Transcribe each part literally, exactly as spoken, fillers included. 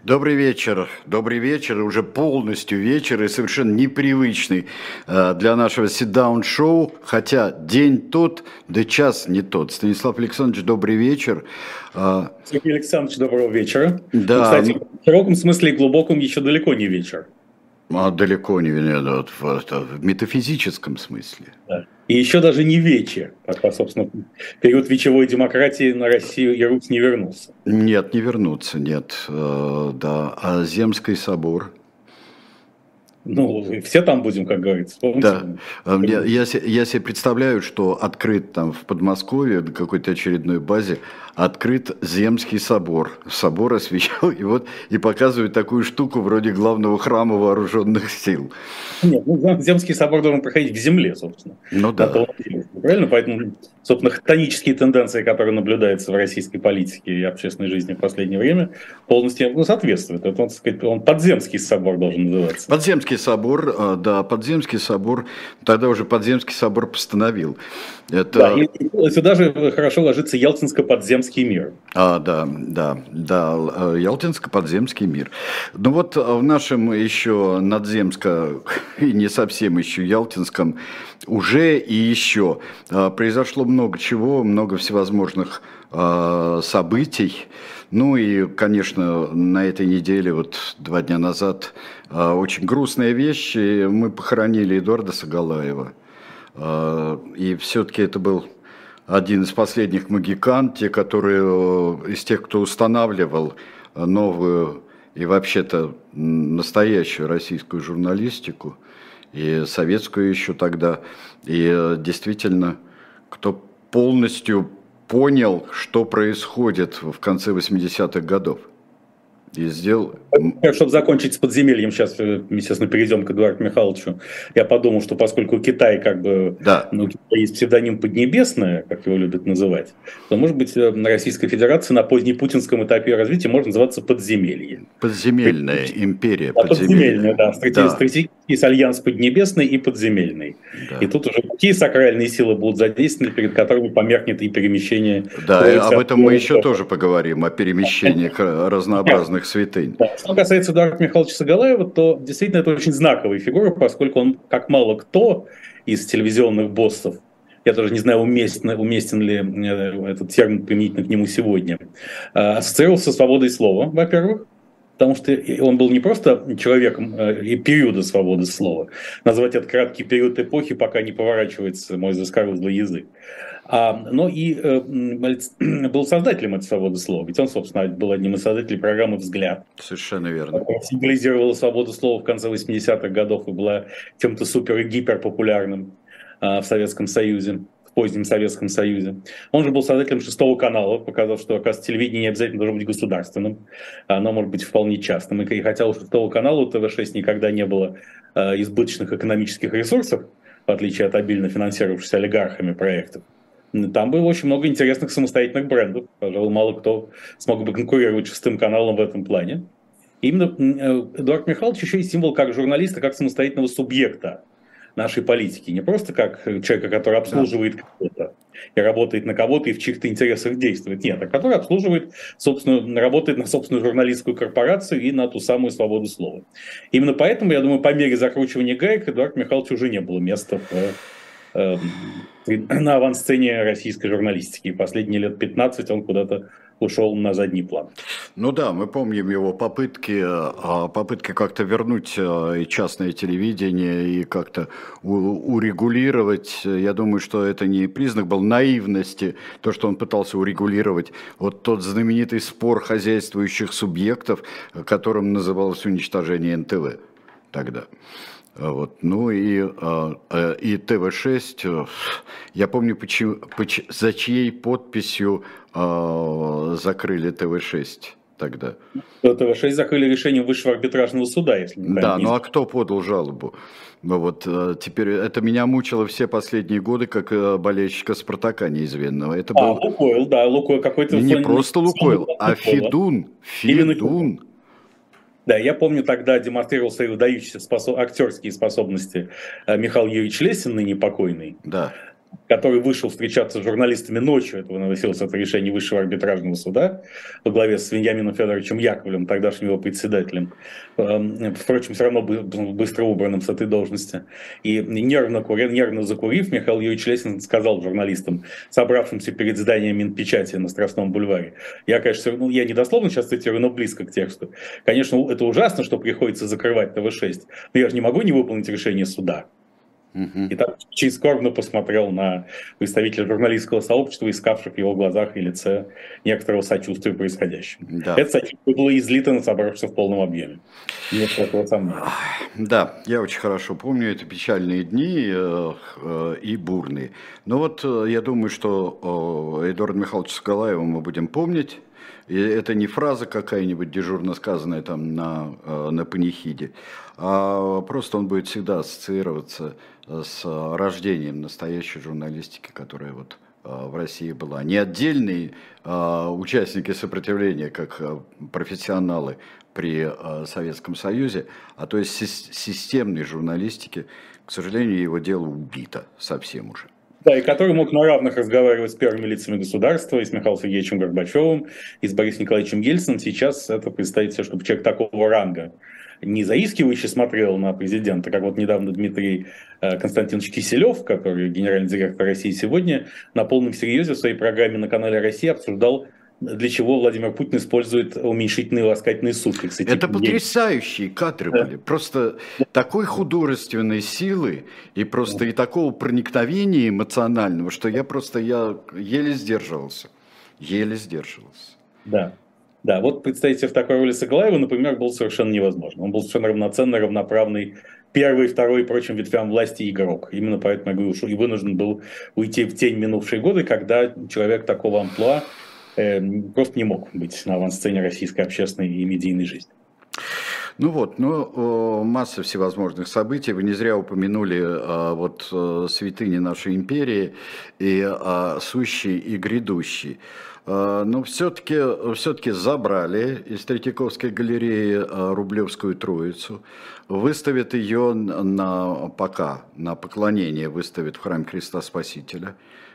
Добрый вечер, добрый вечер, уже полностью вечер и совершенно непривычный э, для нашего sit-down-шоу, хотя день тот, да час не тот. Станислав Александрович, добрый вечер. Э, Сергей Александрович, доброго вечера. Ну, да, кстати, в широком смысле и глубоком еще далеко не вечер. а далеко не ну, вот, в, в метафизическом смысле. Да. И еще даже не вече, пока, собственно, период вечевой демократии на Россию и Русь не вернулся. Нет, не вернуться, нет, э, да, а Земский собор... Ну, все там будем, как говорится. Помните? Да, я, я, се- я себе представляю, что открыт там в Подмосковье, на какой-то очередной базе, открыт Земский собор. Собор освещал, и вот и показывают такую штуку вроде главного храма вооруженных сил. Нет, ну, Земский собор должен проходить в земле, собственно. Ну На да. том деле. Правильно? Поэтому, собственно, хтонические тенденции, которые наблюдаются в российской политике и общественной жизни в последнее время, полностью ну, соответствуют. Это, он, так сказать, он подземский собор должен называться. Подземский собор, э, да, Подземский собор, тогда уже Подземский собор постановил. Это... Да, и и сюда же хорошо ложится Ялтинско-подземский мир. А, да, да, да, э, Ялтинско-подземский мир. Ну вот э, в нашем еще надземско и не совсем еще Ялтинском уже и еще э, произошло много чего, много всевозможных э, событий. Ну и, конечно, на этой неделе, вот два дня назад, э, очень грустная вещь. И мы похоронили Эдуарда Сагалаева. Э, И все-таки это был один из последних магикан, те, которые э, из тех, кто устанавливал э, новую и вообще-то м, настоящую российскую журналистику, и советскую еще тогда, и э, действительно, кто полностью понял, что происходит в конце восьмидесятых годов. И сделал... Чтобы закончить с подземельем, сейчас, естественно, перейдем к Эдуарду Михайловичу. Я подумал, что поскольку Китай, как бы, Да. ну, есть псевдоним Поднебесная, как его любят называть, то, может быть, на Российской Федерации на позднепутинском этапе развития может называться подземелье. Подземельная империя. А подземельная, да. Да. Стратегический альянс Поднебесный и Подземельный. Да. И тут уже какие сакральные силы будут задействованы, перед которыми померкнет и перемещение. Да, и об этом мы еще тоже поговорим, о перемещениях разнообразных святынь. Да. Что касается Эдуарда Михайловича Сагалаева, то действительно это очень знаковая фигура, поскольку он, как мало кто из телевизионных боссов, я тоже не знаю, уместен, уместен ли этот термин применительно к нему сегодня, ассоциировался со свободой слова, во-первых, потому что он был не просто человеком и периода свободы слова, назвать это краткий период эпохи, пока не поворачивается мой заскорузлый язык, а, но и э, был создателем этой свободы слова. Ведь он, собственно, был одним из создателей программы «Взгляд». Совершенно верно. Которая символизировала свободу слова в конце восьмидесятых годов и была чем-то супер и гиперпопулярным э, в Советском Союзе, в позднем Советском Союзе. Он же был создателем шестого канала, показав, что, оказывается, телевидение не обязательно должно быть государственным, оно может быть вполне частным. И хотя у шестого канала, у тэ вэ шесть никогда не было э, избыточных экономических ресурсов, в отличие от обильно финансировавшихся олигархами проектов, там было очень много интересных самостоятельных брендов. Пожалуй, мало кто смог бы конкурировать с шестым каналом в этом плане. И именно Эдуард Михайлович еще и символ как журналиста, как самостоятельного субъекта нашей политики. Не просто как человека, который обслуживает да. кого-то и работает на кого-то и в чьих-то интересах действует. Нет, а который обслуживает, собственно, работает на собственную журналистскую корпорацию и на ту самую свободу слова. Именно поэтому, я думаю, по мере закручивания гаек Эдуарду Михайловичу уже не было места в на авансцене российской журналистики. Последние лет пятнадцать он куда-то ушел на задний план. Ну да, мы помним его попытки, попытки как-то вернуть и частное телевидение, и как-то урегулировать. Я думаю, что это не признак был наивности, то, что он пытался урегулировать вот тот знаменитый спор хозяйствующих субъектов, которым называлось уничтожение эн тэ вэ тогда. Вот. Ну и, и тэ вэ шесть, я помню, почему, за чьей подписью закрыли тэ вэ шесть тогда. тэ вэ шесть закрыли решением Высшего арбитражного суда, если не Да, ну а кто подал жалобу? Вот теперь это меня мучило все последние годы, как болельщика Спартака неизменного. Это а, был... Лукойл, да, Лукойл какой-то... Не просто Лукойл, а Федун. Федун. Да, я помню, тогда демонстрировал свои выдающиеся способ... актерские способности Михаил Юрьевич Лесин, ныне покойный. Да. который вышел встречаться с журналистами ночью, этого выносилось это решение Высшего арбитражного суда во главе с Вениамином Федоровичем Яковлевым, тогдашним его председателем, впрочем, все равно быстро убранным с этой должности. И нервно, нервно закурив, Михаил Юрьевич Лесин сказал журналистам, собравшимся перед зданием Минпечати на Страстном бульваре: я, конечно, ну, я не дословно сейчас цитирую, но близко к тексту. Конечно, это ужасно, что приходится закрывать тэ вэ шесть, но я же не могу не выполнить решение суда. И так очень скорбно посмотрел на представителя журналистского сообщества, искавших в его глазах и лице некоторого сочувствия происходящему. Да. Это сочувствие было излито на собравшихся в полном объеме. Нет этого сомнения. Да, я очень хорошо помню эти печальные дни э, э, и бурные. Но вот э, я думаю, что э, Эдуарда Михайловича Соколаева мы будем помнить. И это не фраза какая-нибудь дежурно сказанная там на, на панихиде, а просто он будет всегда ассоциироваться с рождением настоящей журналистики, которая вот в России была. Не отдельные участники сопротивления, как профессионалы при Советском Союзе, а то есть системной журналистики. К сожалению, его дело убито совсем уже. Да, и который мог на равных разговаривать с первыми лицами государства, и с Михаилом Сергеевичем Горбачевым, и с Борисом Николаевичем Ельциным. Сейчас это представить себе, чтобы человек такого ранга не заискивающе смотрел на президента, как вот недавно Дмитрий Константинович Киселев, который генеральный директор России сегодня, на полном серьезе в своей программе на канале «Россия» обсуждал, для чего Владимир Путин использует уменьшительные ласкательные суффиксы. Это типа потрясающие кадры да. были. Просто такой художественной силы и просто и такого проникновения эмоционального, что я просто я еле сдерживался. Еле сдерживался. Да. Да, вот представить себе в такой роли Соколаева, например, было совершенно невозможно. Он был совершенно равноценный, равноправный первый, второй и прочим ветвям власти игрок. Именно поэтому я говорю, что и вынужден был уйти в тень минувшие годы, когда человек такого амплуа э, просто не мог быть на авансцене российской общественной и медийной жизни. Ну вот, ну, масса всевозможных событий. Вы не зря упомянули а, вот святыни нашей империи и а, сущий и грядущий. А, но все-таки, все-таки забрали из Третьяковской галереи а, Рублевскую Троицу, выставят ее на пока, на поклонение выставят в храме Христа Спасителя.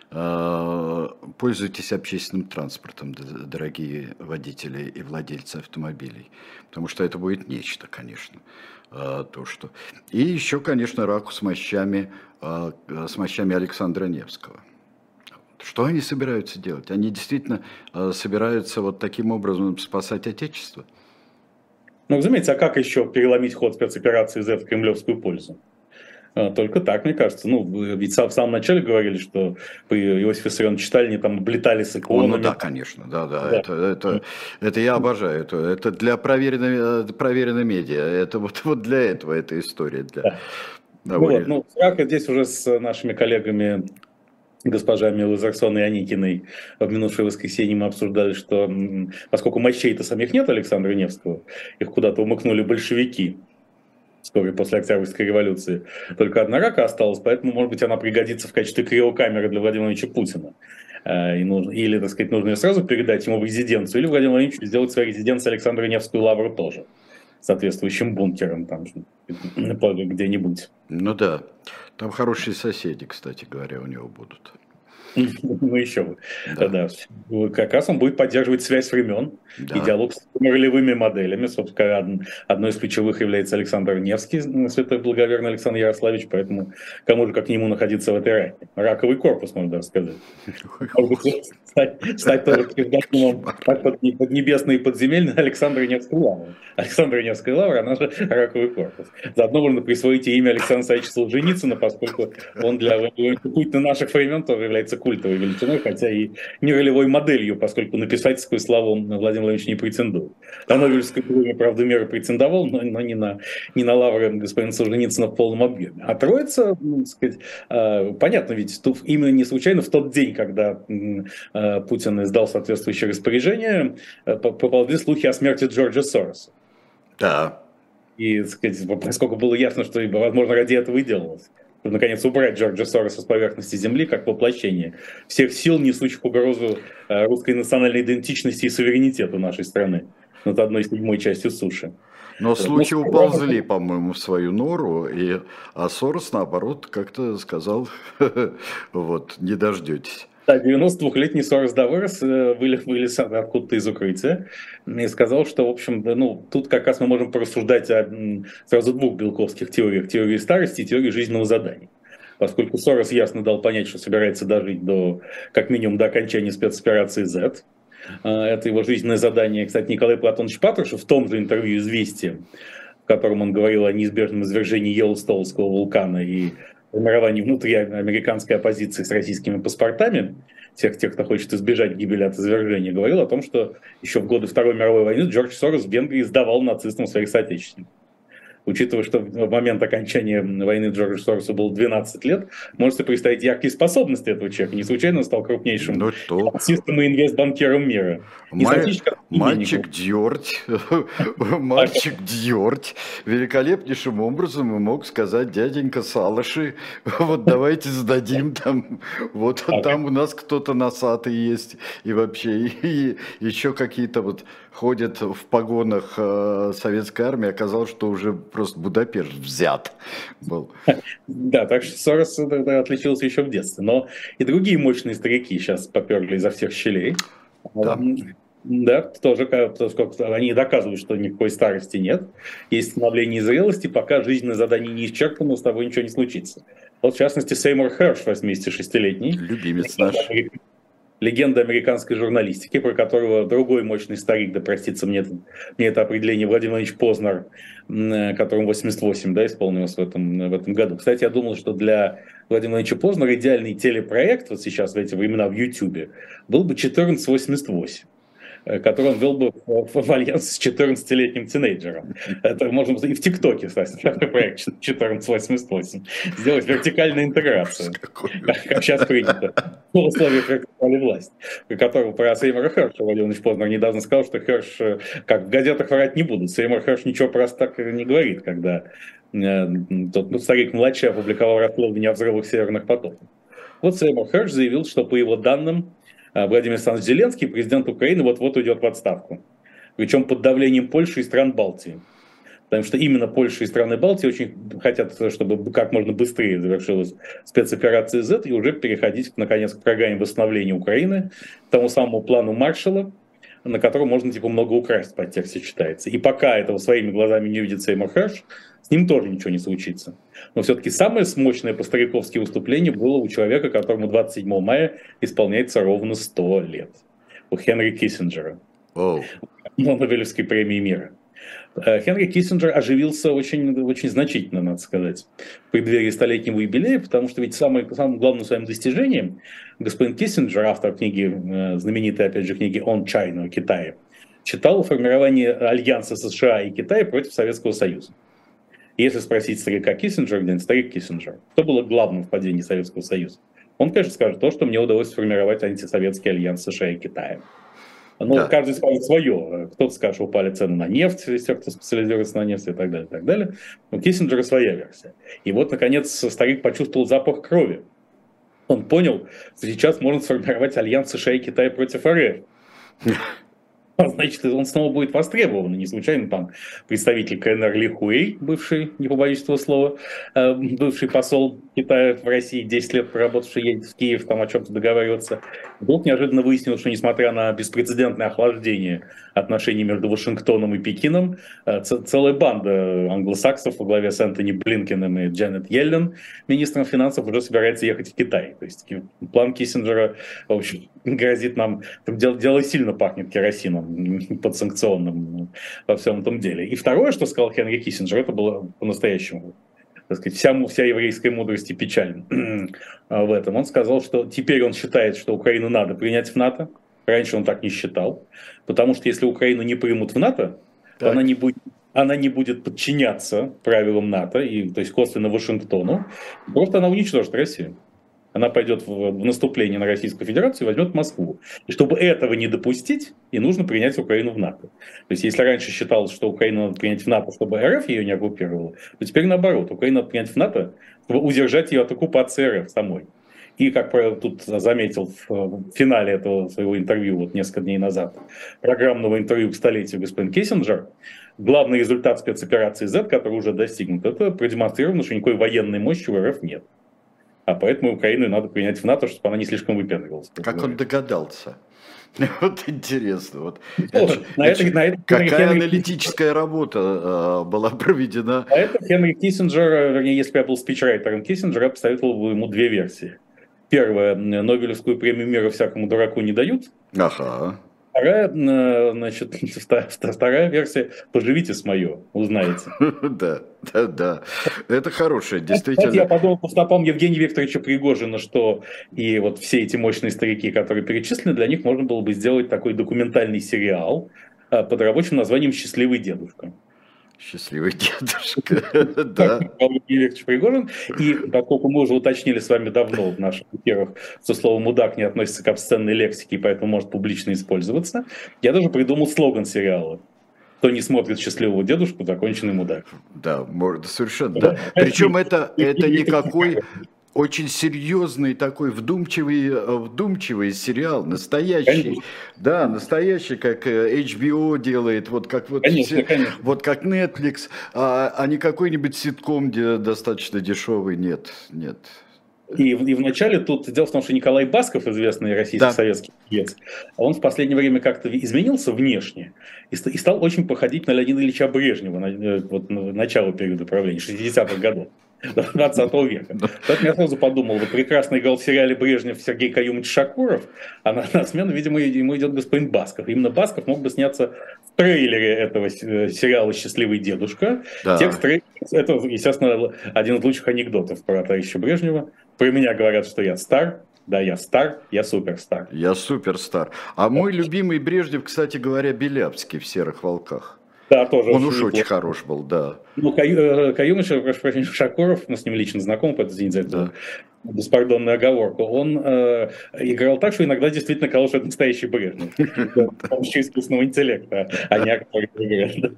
Пользуйтесь общественным транспортом, дорогие водители и владельцы автомобилей, потому что это будет нечто, конечно, то, что... И еще, конечно, раку с мощами, с мощами Александра Невского. Что они собираются делать? Они действительно собираются вот таким образом спасать Отечество? Ну, разумеется, а как еще переломить ход спецоперации зет в кремлевскую пользу? Только так, мне кажется. Ну, ведь в самом начале говорили, что Иосиф Виссарионович Сталин там облетали с иконами. Ну да, конечно, да, да. да. Это, это, это я обожаю. Это, это для проверенной, проверенной медиа. Это вот, вот для этого эта история. Для... Да. Ну, вот, ну, Рака здесь уже с нашими коллегами, госпожами Лазарсон и Аникиной, в минувшее воскресенье мы обсуждали, что поскольку мощей-то самих нет Александра Невского, их куда-то умыкнули большевики вскоре после Октябрьской революции. Только одна рака осталась, поэтому, может быть, она пригодится в качестве криокамеры для Владимира Владимировича Путина. И нужно, или, так сказать, нужно ее сразу передать ему в резиденцию, или Владимиру Владимировичу сделать своей резиденции Александра Невскую лавру тоже, соответствующим бункером там где-нибудь. Ну да, там хорошие соседи, кстати говоря, у него будут. Ну еще бы. Да. Да. Как раз он будет поддерживать связь времен да. и диалог с ролевыми моделями. Собственно, одной из ключевых является Александр Невский, святой благоверный Александр Ярославич, поэтому кому же как нему находиться в этой раке. Раковый корпус, можно даже сказать. Стать, стать тоже псевдонимом под небесные подземельные Александра Невской лавры. Александра Невская лавра, она же раковый корпус. Заодно можно присвоить и имя Александра Савича Солженицына, поскольку он для Путина наших времен тоже является культовой величиной, хотя и не ролевой моделью, поскольку на писательскую славу Владимир Владимирович не претендует. На Нобелевскую премию, правда, меры претендовал, но, но не, на, не на лавры господина Солженицына в полном объеме. А Троица, ну, так сказать, э, понятно, ведь тут именно не случайно в тот день, когда э, Путин издал соответствующее распоряжение, э, поползли слухи о смерти Джорджа Сороса. Да. И, так сказать, поскольку было ясно, что, возможно, ради этого и делалось. Наконец, убрать Джорджа Сороса с поверхности земли как воплощение всех сил, несущих угрозу русской национальной идентичности и суверенитету нашей страны. над одной седьмой частью суши. Но Вот. Ну, случаи уползли, по-моему, в свою нору, и, а Сорос, наоборот, как-то сказал, вот, не дождетесь. Да, девяностодвухлетний Сорос Давырос вылез, вылез откуда-то из укрытия и сказал, что, в общем, да, ну, тут как раз мы можем порассуждать о м, сразу двух белковских теориях: теории старости и теории жизненного задания. Поскольку Сорос ясно дал понять, что собирается дожить до, как минимум, до окончания спецоперации Z. Это его жизненное задание. Кстати, Николай Платонович Патрушев в том же интервью «Известия», в котором он говорил о неизбежном извержении Йеллоустоунского вулкана и формировании внутри американской оппозиции с российскими паспортами, всех тех, кто хочет избежать гибели от извержения, говорил о том, что еще в годы Второй мировой войны Джордж Сорос в Венгрии сдавал нацистам своих соотечественников. Учитывая, что в момент окончания войны Джорджу Соросу было двенадцать лет, можете представить яркие способности этого человека. Не случайно он стал крупнейшим Ну, то... финансистом и инвестбанкиром мира. Май... Мальчик Дьорть, мальчик Дьорть великолепнейшим образом мог сказать: дяденька Салыши, вот давайте сдадим там, вот а там у нас кто-то носатый есть, и вообще, и, и еще какие-то вот ходят в погонах э, советской армии, оказалось, что уже просто Будапешт взят был. Да, так что Сорос отличился еще в детстве, но и другие мощные старики сейчас поперли изо всех щелей. Да. Да, тоже, они доказывают, что никакой старости нет. Есть становление зрелости, пока жизненное задание не исчерпано, с тобой ничего не случится. Вот, в частности, Сеймур Херш, восьмидесятишестилетний. Любимец наш. Легенда американской журналистики, про которого другой мощный старик, да простится мне, мне это определение, Владимир Ильич Познер, которому восемьдесят восемь, да, исполнилось в этом, в этом году. Кстати, я думал, что для Владимира Ильича Познера идеальный телепроект вот сейчас в эти времена в Ютьюбе был бы четырнадцать восемьдесят восемь. Который он вел бы в, в альянс с четырнадцатилетним тинейджером. Это можно и в ТикТоке, кстати, такой проект четырнадцать восемьдесят восемь. Сделать вертикальную интеграцию, как, как сейчас принято, в условиях вертикальной власти, при которого про Сеймура Херша Владимир Ильич Познер недавно сказал, что Херш, как в газетах врать не будут. Сеймур Херш ничего просто так не говорит, когда э, тот ну, старик младший опубликовал расследование о взрывах северных потоков. Вот Сеймур Херш заявил, что по его данным Владимир Александрович Зеленский, президент Украины, вот-вот уйдет в отставку. Причем под давлением Польши и стран Балтии. Потому что именно Польша и страны Балтии очень хотят, чтобы как можно быстрее завершилась спецоперация Z и уже переходить, наконец, к программе восстановления Украины, к тому самому плану Маршалла, на котором можно типа много украсть, по тексте читается. И пока этого своими глазами не видит Сеймур Херш, с ним тоже ничего не случится. Но все-таки самое мощное по-стариковски выступление было у человека, которому двадцать седьмого мая исполняется ровно сто лет. У Хенри Киссинджера. Oh. Нобелевской премии мира. Хенри Киссинджер оживился очень, очень значительно, надо сказать, в преддверии столетнего юбилея, потому что ведь самое, самым главным своим достижением господин Киссинджер, автор книги, знаменитой, опять же, книги «On China» о Китае, читал формирование альянса США и Китая против Советского Союза. Если спросить старика Киссинджера, где-нибудь старик Киссинджер, что было главным в падении Советского Союза, он, конечно, скажет то, что мне удалось сформировать антисоветский альянс США и Китая. Но да. Каждый скажет свое. Кто-то скажет, что упали цены на нефть, все, кто специализируется на нефти и так далее, и так далее. У Киссинджера своя версия. И вот, наконец, старик почувствовал запах крови. Он понял, что сейчас можно сформировать альянс США и Китая против РФ. Значит, он снова будет востребован. Не случайно там представитель КНР Ли Хуэй, бывший, не побоюсь этого слова, бывший посол Китая в России, десять лет проработавший, едет в Киев, там о чем-то договариваться. Вдруг неожиданно выяснилось, что несмотря на беспрецедентное охлаждение отношений между Вашингтоном и Пекином, целая банда англосаксов во главе с Энтони Блинкеном и Джанет Йеллен, министром финансов, уже собирается ехать в Китай. То есть план Киссинджера, в общем, грозит нам... Дело, дело сильно пахнет керосином подсанкционным во всем этом деле. И второе, что сказал Хенри Киссинджер, это было по-настоящему, так сказать, вся, вся еврейская мудрость и печаль в этом. Он сказал, что теперь он считает, что Украину надо принять в НАТО. Раньше он так не считал. Потому что если Украину не примут в НАТО, то она не будет, она не будет подчиняться правилам НАТО, и, то есть косвенно Вашингтону. Просто она уничтожит Россию. Она пойдет в наступление на Российскую Федерацию и возьмет Москву. И чтобы этого не допустить, и нужно принять Украину в НАТО. То есть, если раньше считалось, что Украину надо принять в НАТО, чтобы РФ ее не оккупировала, то теперь наоборот. Украину надо принять в НАТО, чтобы удержать ее от оккупации РФ самой. И, как правило, тут заметил в финале этого своего интервью вот несколько дней назад, программного интервью к столетию господин Киссинджер, главный результат спецоперации Z, который уже достигнут, это продемонстрировано, что никакой военной мощи в РФ нет. А поэтому Украину надо принять в НАТО, чтобы она не слишком выпендривалась. Как он догадался? Вот интересно. Вот. Ну, это, на это, это, на это какая Хенри... аналитическая работа э, была проведена? А это Хенри Киссинджер, вернее, если бы я был спичрайтером Киссинджера, я посоветовал бы ему две версии. Первая, Нобелевскую премию мира всякому дураку не дают. Ага. Вторая, значит, вторая версия, поживите с мое, узнаете. Да, да, да. Это хорошее, действительно. Кстати, я подумал по стопам Евгения Викторовича Пригожина, что и вот все эти мощные старики, которые перечислены, для них можно было бы сделать такой документальный сериал под рабочим названием «Счастливый дедушка». Счастливый дедушка, да. Евгений Викторович Пригожин. И поскольку мы уже уточнили с вами давно в наших эфирах, что слово «мудак» не относится к обсценной лексике, и поэтому может публично использоваться, я даже придумал слоган сериала. Кто не смотрит «Счастливого дедушку», законченный мудак. Да, может, совершенно, да. Причем это, это никакой... Очень серьезный такой вдумчивый, вдумчивый сериал, настоящий, конечно. Да, настоящий, как эйч би о делает, вот как вот, конечно, все, конечно. вот как Netflix, а, а не какой-нибудь ситком, где достаточно дешевый, нет, нет. И, и вначале тут дело в том, что Николай Басков, известный российский да. советский певец, он в последнее время как-то изменился внешне и, и стал очень походить на Леонида Ильича Брежнева, на, вот, на начало периода правления, шестидесятых годов. двадцатого века. Поэтому я сразу подумал, вот прекрасно играл в сериале Брежнев Сергей Каюмович Шакуров, а на, на смену, видимо, ему идет господин Басков. Именно Басков мог бы сняться в трейлере этого сериала «Счастливый дедушка». Да. Текст трейлера, это, естественно, один из лучших анекдотов про товарища Брежнева. Про меня говорят, что я стар. Да, я стар, я суперстар. Я суперстар. А мой любимый Брежнев, кстати говоря, Белявский в «Серых волках». Да, тоже он уж очень хорош был, да. Ну, Каюмович, прошу прощения, Шакуров, мы с ним лично знакомы, поэтому извините за эту да. беспардонную оговорку, он э, играл так, что иногда действительно казалось, что это настоящий Брежнев. С помощью искусственного интеллекта, а не актер играет.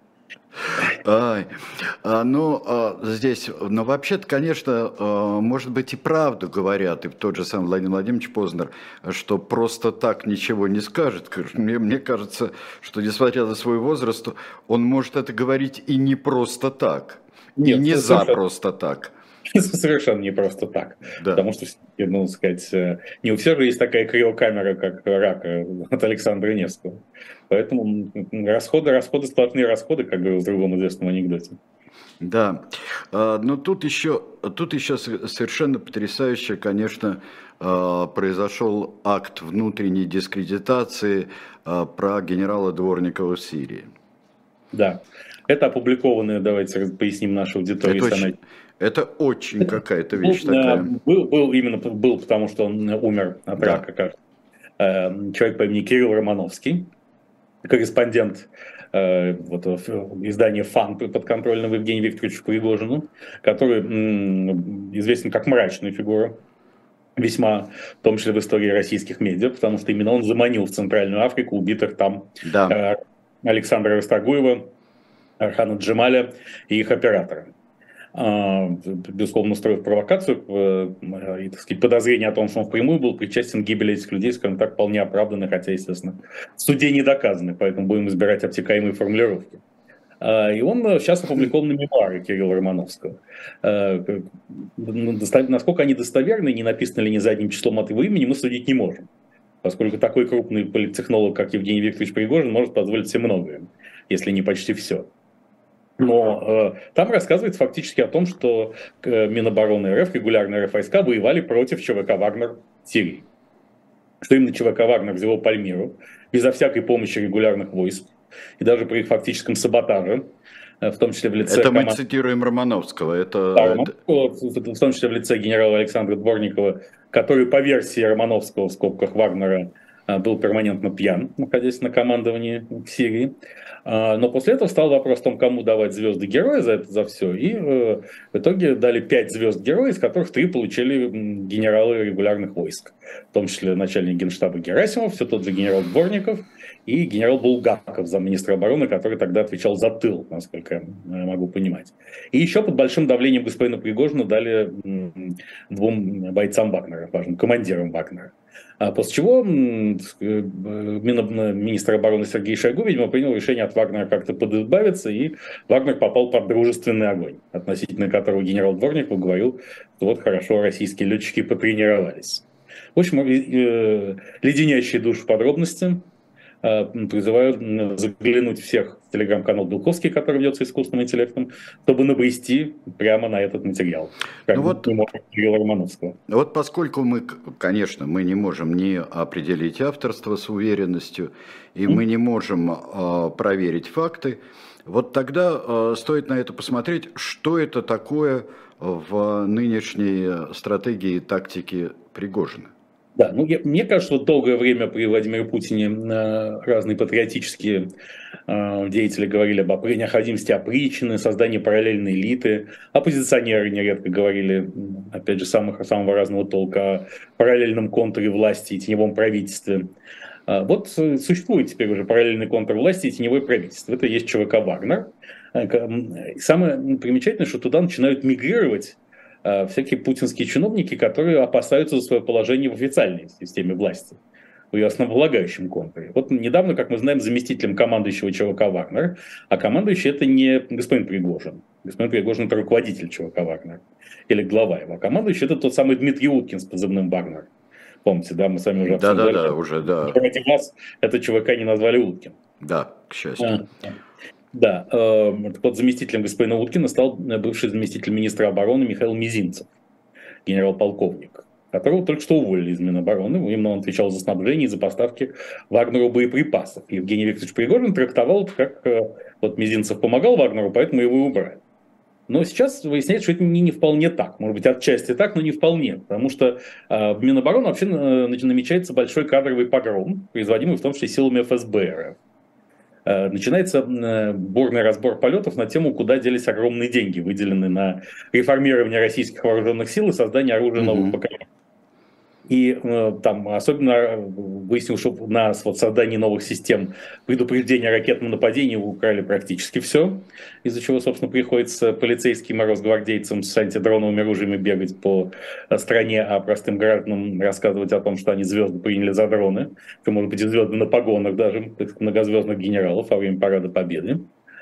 Ай, а, ну, а, здесь, ну, вообще-то, конечно, а, может быть, и правду говорят, и тот же сам Владимир Владимирович Познер, что просто так ничего не скажет. Мне, мне кажется, что, несмотря на свой возраст, он может это говорить и не просто так, Нет, и не за совершенно, просто так. Совершенно не просто так, да. Потому что, ну, сказать, не у всех же есть такая криокамера, как рака от Александра Невского. Поэтому расходы, расходы, сплошные расходы, как говорил в другом известном анекдоте. Да, но тут еще, тут еще совершенно потрясающе, конечно, произошел акт внутренней дискредитации про генерала Дворникова в Сирии. Да, это опубликованное, давайте поясним нашу аудиторию. Это очень, это очень какая-то вещь был, такая. Был, был именно был, потому что он умер от да. рака, как человек по имени Кирилл Романовский, корреспондент э, вот, издания «Фан» подконтрольного Евгению Викторовичу Пригожину, который м, известен как мрачная фигура, весьма, в том числе в истории российских медиа, потому что именно он заманил в Центральную Африку убитых там да. э, Александра Расторгуева, Архана Джемаля и их оператора. Безусловно, устроив провокацию и, так сказать, подозрение о том, что он впрямую был причастен к гибели этих людей, скажем так, вполне оправданно, хотя, естественно, в суде не доказаны, поэтому будем избирать обтекаемые формулировки. И он сейчас опубликован на мемуары Кирилла Романовского. Насколько они достоверны, не написано ли ни задним числом от его имени, мы судить не можем, поскольку такой крупный политтехнолог, как Евгений Викторович Пригожин, может позволить себе многое, если не почти все. Но э, там рассказывается фактически о том, что э, Минобороны РФ, регулярные РФ войска воевали против ЧВК «Вагнер» в Сирии. Что именно ЧВК «Вагнер» взяло Пальмиру, безо всякой помощи регулярных войск, и даже при их фактическом саботаже, э, в том числе в лице... Это команд... мы цитируем Романовского. Это... Да, Романовского, в том числе в лице генерала Александра Дворникова, который по версии Романовского в скобках Вагнера был перманентно пьян, находясь на командовании в Сирии. Но после этого стал вопрос о том, кому давать звезды героя за это, за все. И в итоге дали пять звезд героя, из которых три получили генералы регулярных войск. В том числе начальник генштаба Герасимов, все тот же генерал Дворников и генерал Булгаков, замминистра обороны, который тогда отвечал за тыл, насколько я могу понимать. И еще под большим давлением господина Пригожина дали двум бойцам Вагнера, важным командирам Вагнера. А после чего министр обороны Сергей Шойгу, видимо, принял решение от Вагнера как-то подизбавиться, и Вагнер попал под дружественный огонь, относительно которого генерал Дворников говорил, что вот хорошо российские летчики потренировались. В общем, леденящие душу подробности. Призываю заглянуть всех в телеграм-канал Белковский, который ведется искусственным интеллектом, чтобы набрести прямо на этот материал. Как ну вот, Кирилла Романовского. Вот поскольку мы, конечно, мы не можем не определить авторство с уверенностью, и mm. мы не можем э, проверить факты, вот тогда э, стоит на это посмотреть, что это такое в нынешней стратегии и тактике Пригожина. Да, ну я, мне кажется, вот долгое время при Владимире Путине э, разные патриотические э, деятели говорили об необходимости опричнины, создании параллельной элиты. Оппозиционеры нередко говорили, опять же, самых, самого разного толка о параллельном контуре власти и теневом правительстве. Э, вот существует теперь уже параллельный контур власти и теневое правительство. Это и есть ЧВК «Вагнер». Э, самое примечательное, что туда начинают мигрировать всякие путинские чиновники, которые опасаются за свое положение в официальной системе власти, в ее основополагающем контуре. Вот недавно, как мы знаем, заместителем командующего ЧВК «Вагнер», а командующий это не господин Пригожин. Господин Пригожин это руководитель ЧВК «Вагнер» или глава его. А командующий это тот самый Дмитрий Уткин с позывным «Вагнер». Помните, да, мы с вами уже обсуждали. Да-да-да, уже, да. Ради вас это ЧВК не назвали Уткин. Да, к счастью. А, Да, э, вот заместителем господина Уткина стал бывший заместитель министра обороны Михаил Мизинцев, генерал-полковник, которого только что уволили из Минобороны. Именно он отвечал за снабжение и за поставки Вагнеру боеприпасов. Евгений Викторович Пригожин трактовал это как э, вот Мизинцев помогал Вагнеру, поэтому его и убрали. Но сейчас выясняется, что это не, не вполне так. Может быть, отчасти так, но не вполне. Потому что э, в Минобороны вообще э, намечается большой кадровый погром, производимый в том числе силами эф эс бэ эр эф. Начинается бурный разбор полетов на тему, куда делись огромные деньги, выделенные на реформирование российских вооруженных сил и создание оружия mm-hmm. новых поколений. И э, там особенно выяснилось, что на вот, создании новых систем предупреждения ракетного нападения украли практически все, из-за чего, собственно, приходится полицейским и росгвардейцам с антидроновыми ружьями бегать по стране, а простым гражданам рассказывать о том, что они звезды приняли за дроны, что, может быть, и звезды на погонах даже многозвездных генералов во время Парада Победы.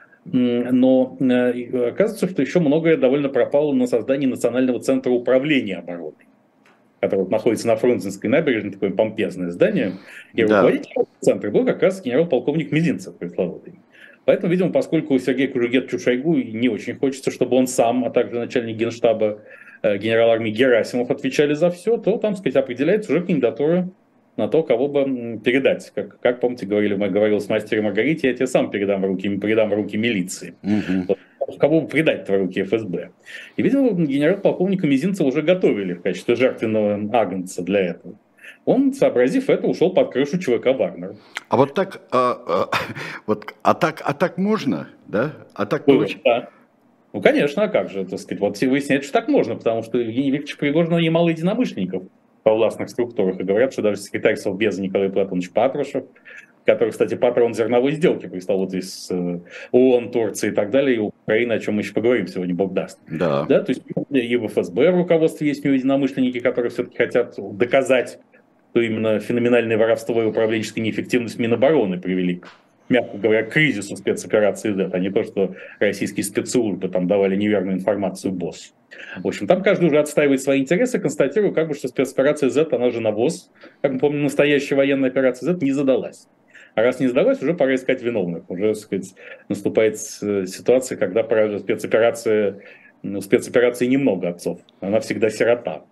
Но э, оказывается, что еще многое довольно пропало на создании Национального центра управления обороной, который находится на Фрунзенской набережной, такое помпезное здание, и да. руководитель центра был как раз генерал-полковник Мизинцев, пресловутый. Поэтому, видимо, поскольку Сергею Кужугетовичу Шойгу не очень хочется, чтобы он сам, а также начальник генштаба генерал армии Герасимов отвечали за все, то, там, сказать, определяется уже кандидатура на то, кого бы передать. Как, как помните, говорили, мы говорил с мастером Маргарите, я тебе сам передам в руки, передам в руки милиции. Угу. Вот. Кого бы предать в руки эф эс бэ. И, видимо, генерал-полковника Мизинцева уже готовили в качестве жертвенного агнца для этого. Он, сообразив это, ушел под крышу ЧВК «Вагнер». А вот так, а, а, вот, а так, а так можно, да? А так Было, да. Ну, конечно, а как же, так сказать, вот выясняется, что так можно, потому что Евгений Викторович Пригожин немало единомышленников по властных структурах, и говорят, что даже секретарь Совбеза Николай Платонович Патрушев, который, кстати, патрон зерновой сделки, пресловутый с ООН, Турции и так далее, и Украины, о чем мы еще поговорим сегодня, Бог даст. Да. Да, то есть и в эф эс бэ в руководстве есть у него единомышленники, которые все-таки хотят доказать, что именно феноменальное воровство и управленческая неэффективность Минобороны привели, мягко говоря, к кризису спецоперации зет, а не то, что российские спецслужбы там давали неверную информацию БОС. В общем, там каждый уже отстаивает свои интересы, констатируя, как бы, что спецоперация зет, она же на ВОЗ, как мы помним, настоящая военная операция зет не задалась. А раз не сдалась, уже пора искать виновных. Уже, так сказать, наступает ситуация, когда спецоперация, ну, спецоперации немного отцов. Она всегда сирота.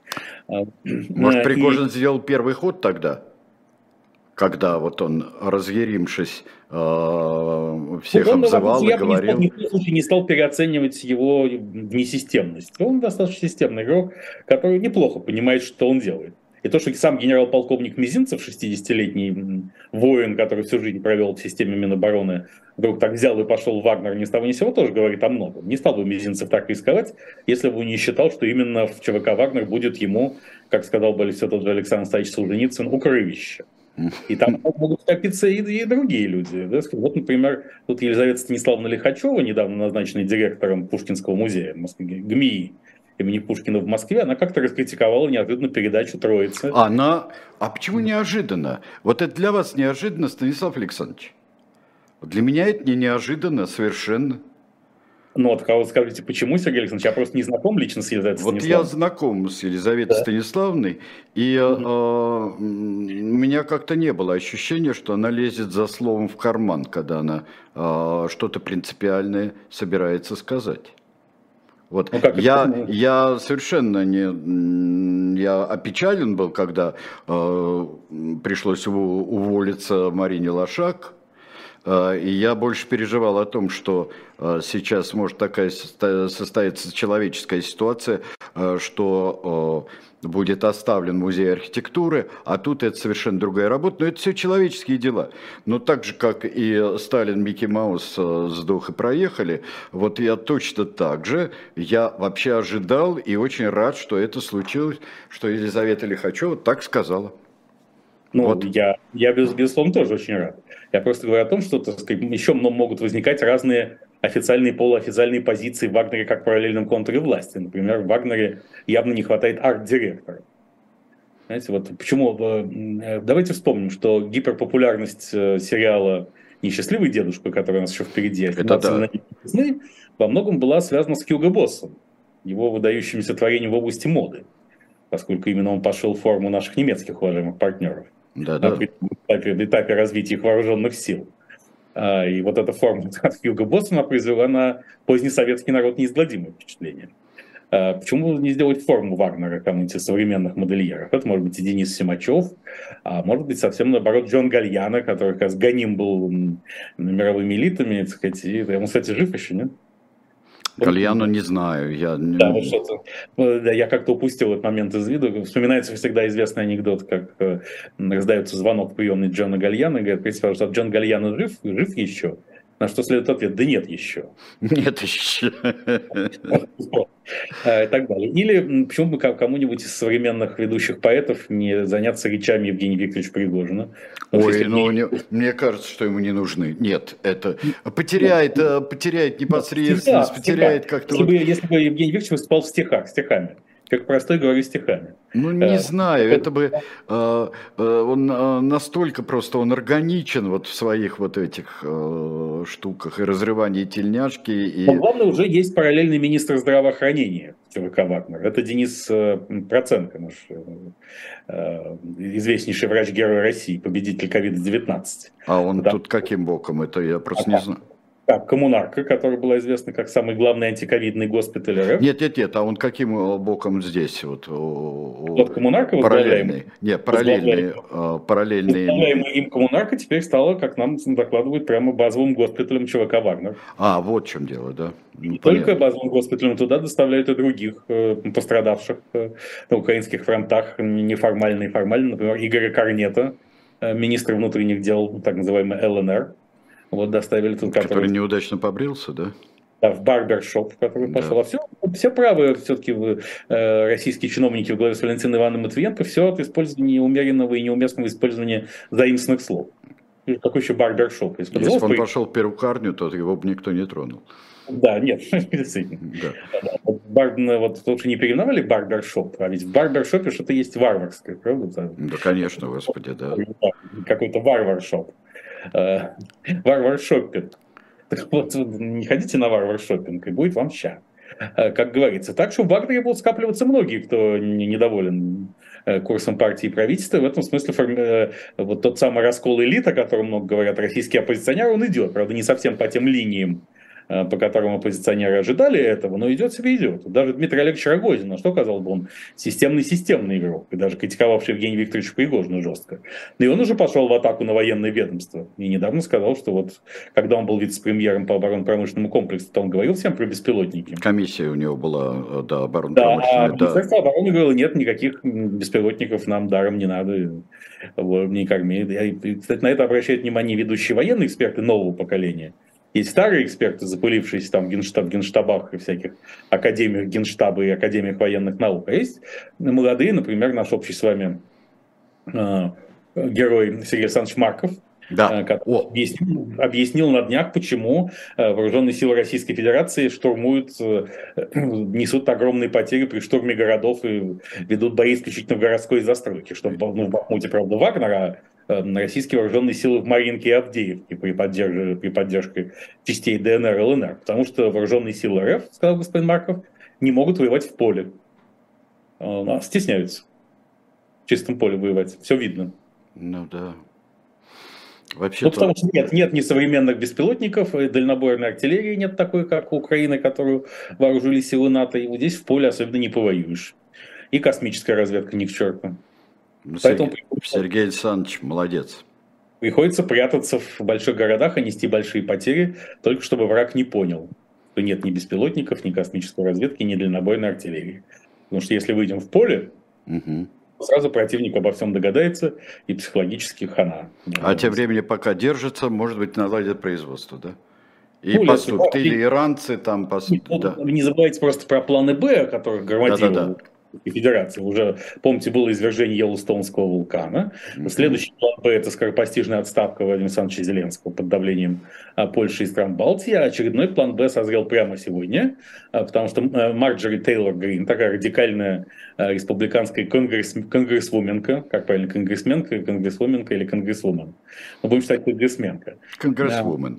Может, Пригожин и... сделал первый ход тогда? Когда вот он, разъяримшись, всех он, обзывал и говорил... Ни в коем случае не стал переоценивать его несистемность. Он достаточно системный игрок, который неплохо понимает, что он делает. И то, что сам генерал-полковник Мизинцев, шестидесятилетний воин, который всю жизнь провел в системе Минобороны, вдруг так взял и пошел в Вагнер ни с того ни с сего, тоже говорит о многом. Не стал бы Мизинцев так рисковать, если бы не считал, что именно в ЧВК Вагнер будет ему, как сказал бы все тот же Александр Стаевич Солженицын, укрывище. И там могут скопиться и, и другие люди. Да? Вот, например, тут Елизавета Станиславовна Лихачева, недавно назначенная директором Пушкинского музея, ГМИ имени Пушкина в Москве, она как-то раскритиковала неожиданно передачу «Троицы». Она... А почему неожиданно? Вот это для вас неожиданно, Станислав Александрович? Для меня это не неожиданно совершенно. Ну вот, а вы скажите, почему, Сергей Александрович? Я просто не знаком лично с Елизаветой вот Станиславовной. Вот я знаком с Елизаветой да. Станиславовной, и угу. э, у меня как-то не было ощущения, что она лезет за словом в карман, когда она э, что-то принципиальное собирается сказать. Вот. Ну, я, я совершенно не... Я опечален был, когда э, пришлось уволиться Марине Лошак. И я больше переживал о том, что сейчас может такая состояться человеческая ситуация, что будет оставлен музей архитектуры, а тут это совершенно другая работа. Но это все человеческие дела. Но так же, как и Сталин, Микки Маус сдох и проехали, вот я точно так же, я вообще ожидал и очень рад, что это случилось, что Елизавета Лихачева так сказала. Ну, вот. я, я, безусловно, тоже очень рад. Я просто говорю о том, что, так сказать, еще могут возникать разные официальные и полуофициальные позиции в Вагнере как параллельном контуре власти. Например, в Вагнере явно не хватает арт-директора. Знаете, вот почему... Давайте вспомним, что гиперпопулярность сериала «Несчастливый дедушка», который у нас еще впереди, это да. весны, во многом была связана с Хьюго Боссом, его выдающимися творением в области моды, поскольку именно он пошел в форму наших немецких уважаемых партнеров. Да, да. На этапе, этапе развития их вооруженных сил. А, и вот эта форма от Хьюго Босса произвела на позднесоветский народ неизгладимое впечатление. А, почему не сделать форму Вагнера кому-нибудь из современных модельеров? Это может быть и Денис Симачев, а может быть совсем наоборот Джон Гальяно, который как раз гоним был мировыми элитами, так сказать, и он, кстати, жив еще, нет? Гальяно не знаю. Я, да, вот что-то. Да, я как-то упустил этот момент из виду. Вспоминается всегда известный анекдот, как э, раздается звонок в приемной Джона Гальяно, и говорит, представляешь, что Джон Гальяно жив, жив еще? На что следует ответ, да нет еще. Нет еще. И так далее. Или почему бы кому-нибудь из современных ведущих поэтов не заняться речами Евгения Викторовича Пригожина? Ой, ну не, мне кажется, что ему не нужны. Нет, это потеряет, нет, потеряет непосредственность, стиха, потеряет стиха. как-то... Если, вот... бы, если бы Евгений Викторович выступал в стихах, стихами. Как простой говорю, стихами. Ну, не знаю, это бы, э, э, он э, настолько просто, он органичен вот в своих вот этих э, штуках и разрывании тельняшки. И... Но главное, уже есть параллельный министр здравоохранения ЧВК Вагнер. Это Денис э, Проценко, наш э, известнейший врач-герой России, победитель ковид девятнадцать. А он да. тут каким боком? Это я просто а, не знаю. Так, коммунарка, которая была известна как самый главный антиковидный госпиталь РФ. Нет, нет, нет, а он каким боком здесь? Вот, вот коммунарка параллельный. Нет, параллельный. Параллельный. Возглавляемый им коммунарка теперь стала, как нам докладывают, прямо базовым госпиталем ЧВК Вагнер. А, вот в чем дело, да. Не только базовым госпиталем, туда доставляют и других э, пострадавших э, на украинских фронтах, неформально и формально. Например, Игоря Корнета, э, министра внутренних дел, так называемый ЛНР. Вот доставили тут, который, который неудачно побрился, да? Да, в барбершоп, в который да. пошел. А все, все правы все-таки э, российские чиновники в главе с Валентиной Ивановной Матвиенко, все от использования умеренного и неуместного использования заимственных слов. Какой еще барбершоп? Если бы он пошел в перукарню, то его бы никто не тронул. Да, нет, действительно. Да. Вот, бар, вот лучше не переименовали барбершоп, а ведь в барбершопе что-то есть варварское, правда? Да, конечно, господи, да. Какой-то варваршоп. Варвар-шоппинг. Так вот, не ходите на варвар-шоппинг, и будет вам ща. Как говорится. Так что в Вагнере будут скапливаться многие, кто недоволен курсом партии и правительства. В этом смысле форми... вот тот самый раскол элит, о котором много говорят российские оппозиционеры, он идет. Правда, не совсем по тем линиям, по которым оппозиционеры ожидали этого, но идет себе идет. Даже Дмитрий Олегович Рогозин, на что, казалось бы, он системный-системный игрок, и даже критиковавший Евгения Викторовича Пригожина жестко. И он уже пошел в атаку на военное ведомство. И недавно сказал, что вот, когда он был вице-премьером по оборонно-промышленному комплексу, то он говорил всем про беспилотники. Комиссия у него была, да, Да, оборонно-промышленная. а Министерство да. обороны говорило, нет, никаких беспилотников нам даром не надо, вот, не корми. И, кстати, на это обращают внимание ведущие военные эксперты нового поколения. Есть старые эксперты, запылившиеся там в генштаб, генштабах и всяких академиях генштаба и академиях военных наук. А есть молодые, например, наш общий с вами э, герой Сергей Александрович Марков, да. э, который объяснил, объяснил на днях, почему э, вооруженные силы Российской Федерации штурмуют, э, несут огромные потери при штурме городов и ведут бои исключительно в городской застройке. Что ну, в Бахмуте, правда, Вагнера, российские вооруженные силы в Маринке и Авдеевке при поддержке, при поддержке частей ДНР и ЛНР. Потому что вооруженные силы РФ, сказал господин Марков, не могут воевать в поле. А стесняются в чистом поле воевать. Все видно. Ну да. Вообще ну, потому что нет, нет ни современных беспилотников, и дальнобойной артиллерии нет такой, как у Украины, которую вооружили силы НАТО. И вот здесь в поле особенно не повоюешь. И космическая разведка ни к черту. Ну, Поэтому Сергей, Сергей Александрович молодец. Приходится прятаться в больших городах и нести большие потери, только чтобы враг не понял, что нет ни беспилотников, ни космической разведки, ни дальнобойной артиллерии. Потому что если выйдем в поле, угу. сразу противник обо всем догадается и психологически хана. А тем временем, пока держится, может быть, наладят производство, да? И ну, поступят. Или иранцы там поступят. Ну, да. Не забывайте просто про планы Б, о которых громадировал. Да, да, да. Федерации. Уже, помните, было извержение Йеллоустонского вулкана. Mm-hmm. Следующий план Б – это скоропостижная отставка Владимира Александровича Зеленского под давлением а, Польши и стран Балтии. А очередной план Б созрел прямо сегодня, а, потому что а, Марджори Тейлор Грин, такая радикальная а, республиканская конгресс, конгрессвуменка, как правильно, конгрессменка, конгрессвуменка или конгрессвумен? Мы будем считать конгрессменка. Конгрессвумен.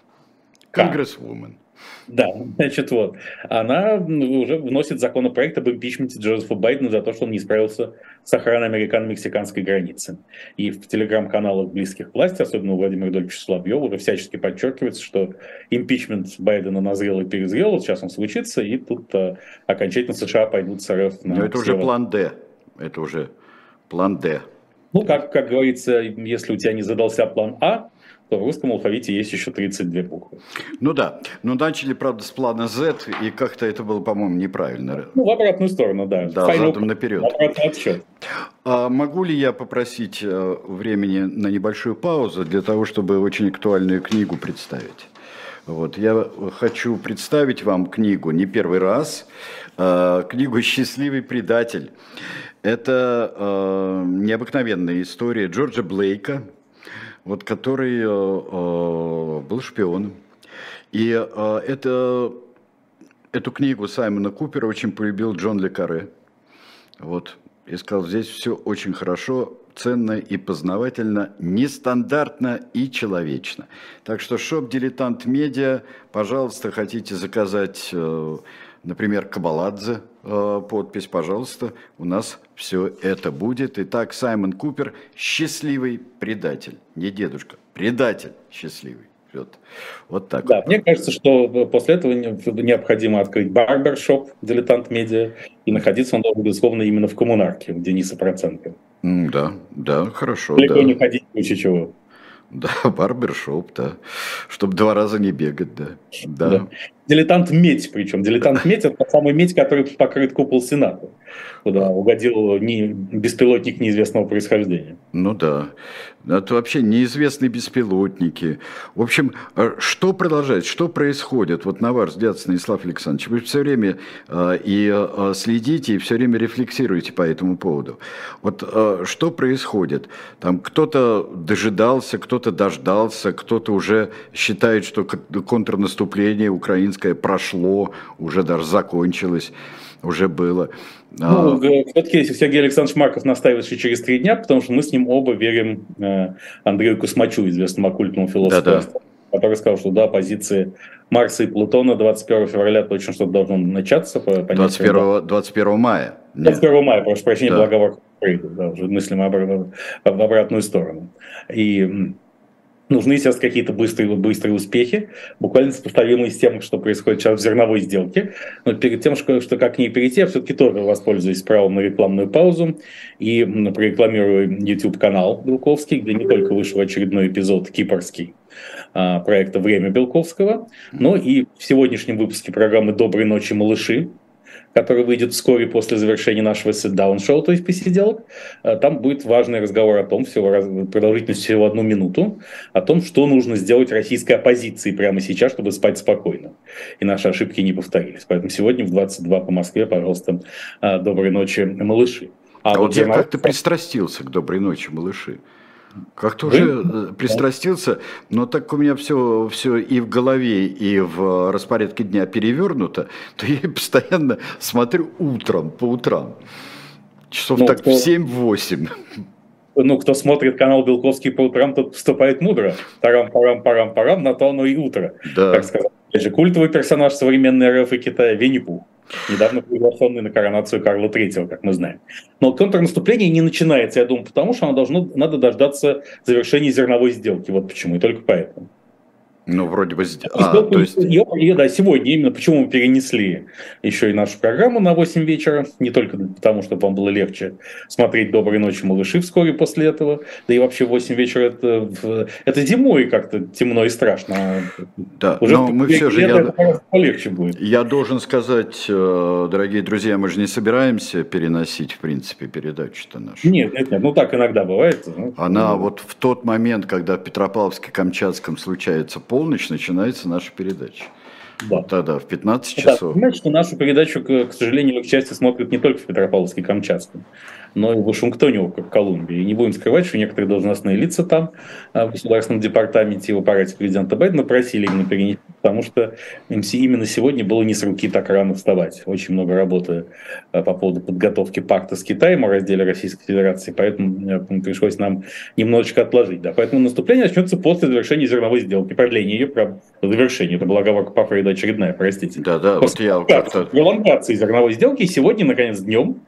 Конгрессвумен. Да, значит, вот. Она уже вносит законопроект об импичменте Джозефа Байдена за то, что он не справился с охраной американо-мексиканской границы. И в телеграм-каналах близких к власти, особенно у Владимира Владимировича Соловьева, уже всячески подчеркивается, что импичмент Байдена назрел и перезрел, вот сейчас он случится, и тут а, окончательно США пойдут с РФ на... Но это уже план Д. Это уже план Д. Ну, как, как говорится, если у тебя не задался план А, то в русском алфавите есть еще тридцать две буквы. Ну да, но начали, правда, с плана Z, и как-то это было, по-моему, неправильно. Ну, в обратную сторону, да. Да, Final... задом наперед. Обратный отсчет. А могу ли я попросить времени на небольшую паузу для того, чтобы очень актуальную книгу представить? Вот, я хочу представить вам книгу не первый раз, а книгу «Счастливый предатель». Это э, необыкновенная история Джорджа Блейка, вот, который э, э, был шпионом. И э, это, эту книгу Саймона Купера очень полюбил Джон Ле Карре. Вот, и сказал, здесь все очень хорошо, ценно и познавательно, нестандартно и человечно. Так что Шоп Дилетант Медиа, пожалуйста, хотите заказать, э, например, Кабаладзе, э, подпись, пожалуйста, у нас все это будет. Итак, Саймон Купер, «Счастливый предатель». Не дедушка, предатель счастливый. Вот, вот так. Да, вот. Мне кажется, что после этого необходимо открыть барбершоп «Дилетант Медиа», и находиться он должен, безусловно, именно в Коммунарке, у Дениса Проценко. Mm, да, да, хорошо. Далеко да. не ходить, лучше чего. Да, барбершоп, да. Чтобы два раза не бегать, да. да. да. Дилетант медь, причем. Дилетант медь – это тот самый медь, который покрыт купол Сената, куда угодил не, беспилотник неизвестного происхождения. Ну да. Это вообще неизвестные беспилотники. В общем, что продолжается, что происходит? Вот на ваш взгляд, Станислав Александрович, вы все время э, и э, следите, и все время рефлексируете по этому поводу. Вот э, что происходит? Там кто-то дожидался, кто-то дождался, кто-то уже считает, что контрнаступление украинское прошло, уже даже закончилось, уже было. Ну, все-таки Сергей Александрович Марков настаивает еще через три дня, потому что мы с ним оба верим э, Андрею Космачу, известному оккультному философу, да, да. который сказал, что да, позиции Маркса и Плутона двадцать первого февраля точно что-то должно начаться. По двадцать первого, двадцать первого мая. двадцать первого мая, прошу прощения, да. Благовар Фрейду, да, уже мыслим об, в обратную сторону. И Нужны, естественно, какие-то быстрые, быстрые успехи, буквально сопоставимые с тем, что происходит сейчас в зерновой сделке. Но перед тем, что, что как к ней перейти, я все-таки тоже воспользуюсь правом на рекламную паузу и прорекламирую YouTube-канал Белковский, где не только вышел очередной эпизод кипрский а, проекта «Время Белковского», но и в сегодняшнем выпуске программы «Доброй ночи, малыши», который выйдет вскоре после завершения нашего sit-down-шоу, то есть посиделок. Там будет важный разговор о том, всего, продолжительность всего одну минуту, о том, что нужно сделать российской оппозиции прямо сейчас, чтобы спать спокойно. И наши ошибки не повторились. Поэтому сегодня в двадцать два по Москве, пожалуйста, доброй ночи, малыши. А, а вот я зерновой... как-то пристрастился к доброй ночи, малыши. Как-то уже пристрастился, но так у меня все, все и в голове, и в распорядке дня перевернуто, то я постоянно смотрю утром, по утрам. Часов ну, так кто... в семь-восемь. Ну, кто смотрит канал Белковский по утрам, тот поступает мудро. Парам-парам-парам-парам, на то оно и утро. Да. Так сказать. Это же культовый персонаж современной РФ и Китая Винни-Пух, недавно приглашенный на коронацию Карла Третьего, как мы знаем. Но контрнаступление не начинается, я думаю, потому что оно должно, надо дождаться завершения зерновой сделки. Вот почему, и только поэтому. Ну, вроде бы... А, то есть... ее, ее, да, сегодня именно почему мы перенесли еще и нашу программу на восемь вечера, не только потому, чтобы вам было легче смотреть «Доброй ночи, малыши» вскоре после этого, да и вообще в восемь вечера это, это зимой как-то темно и страшно. Да, уже но мы все же... Я, полегче будет. Я должен сказать, дорогие друзья, мы же не собираемся переносить, в принципе, передачу-то нашу. Нет, нет, нет, ну так иногда бывает. Она ну, вот в тот момент, когда в Петропавловске-Камчатском случается полночь, начинается наша передача. Да. Вот тогда в пятнадцать часов. Да, что нашу передачу, к, к сожалению, к счастью, смотрят не только в Петропавловске-Камчатском, но и в Вашингтоне, в Колумбии. И не будем скрывать, что некоторые должностные лица там, в Государственном департаменте и в аппарате президента Байдена просили именно перенести, потому что им именно сегодня было не с руки так рано вставать. Очень много работы по поводу подготовки пакта с Китаем о разделе Российской Федерации, поэтому пришлось нам немножечко отложить. Да. Поэтому наступление начнется после завершения зерновой сделки, продления ее, про завершение. Это была оговорка по Фрейду очередная, простите. Да, да, вот я как-то... Пролонгации зерновой сделки сегодня, наконец, днем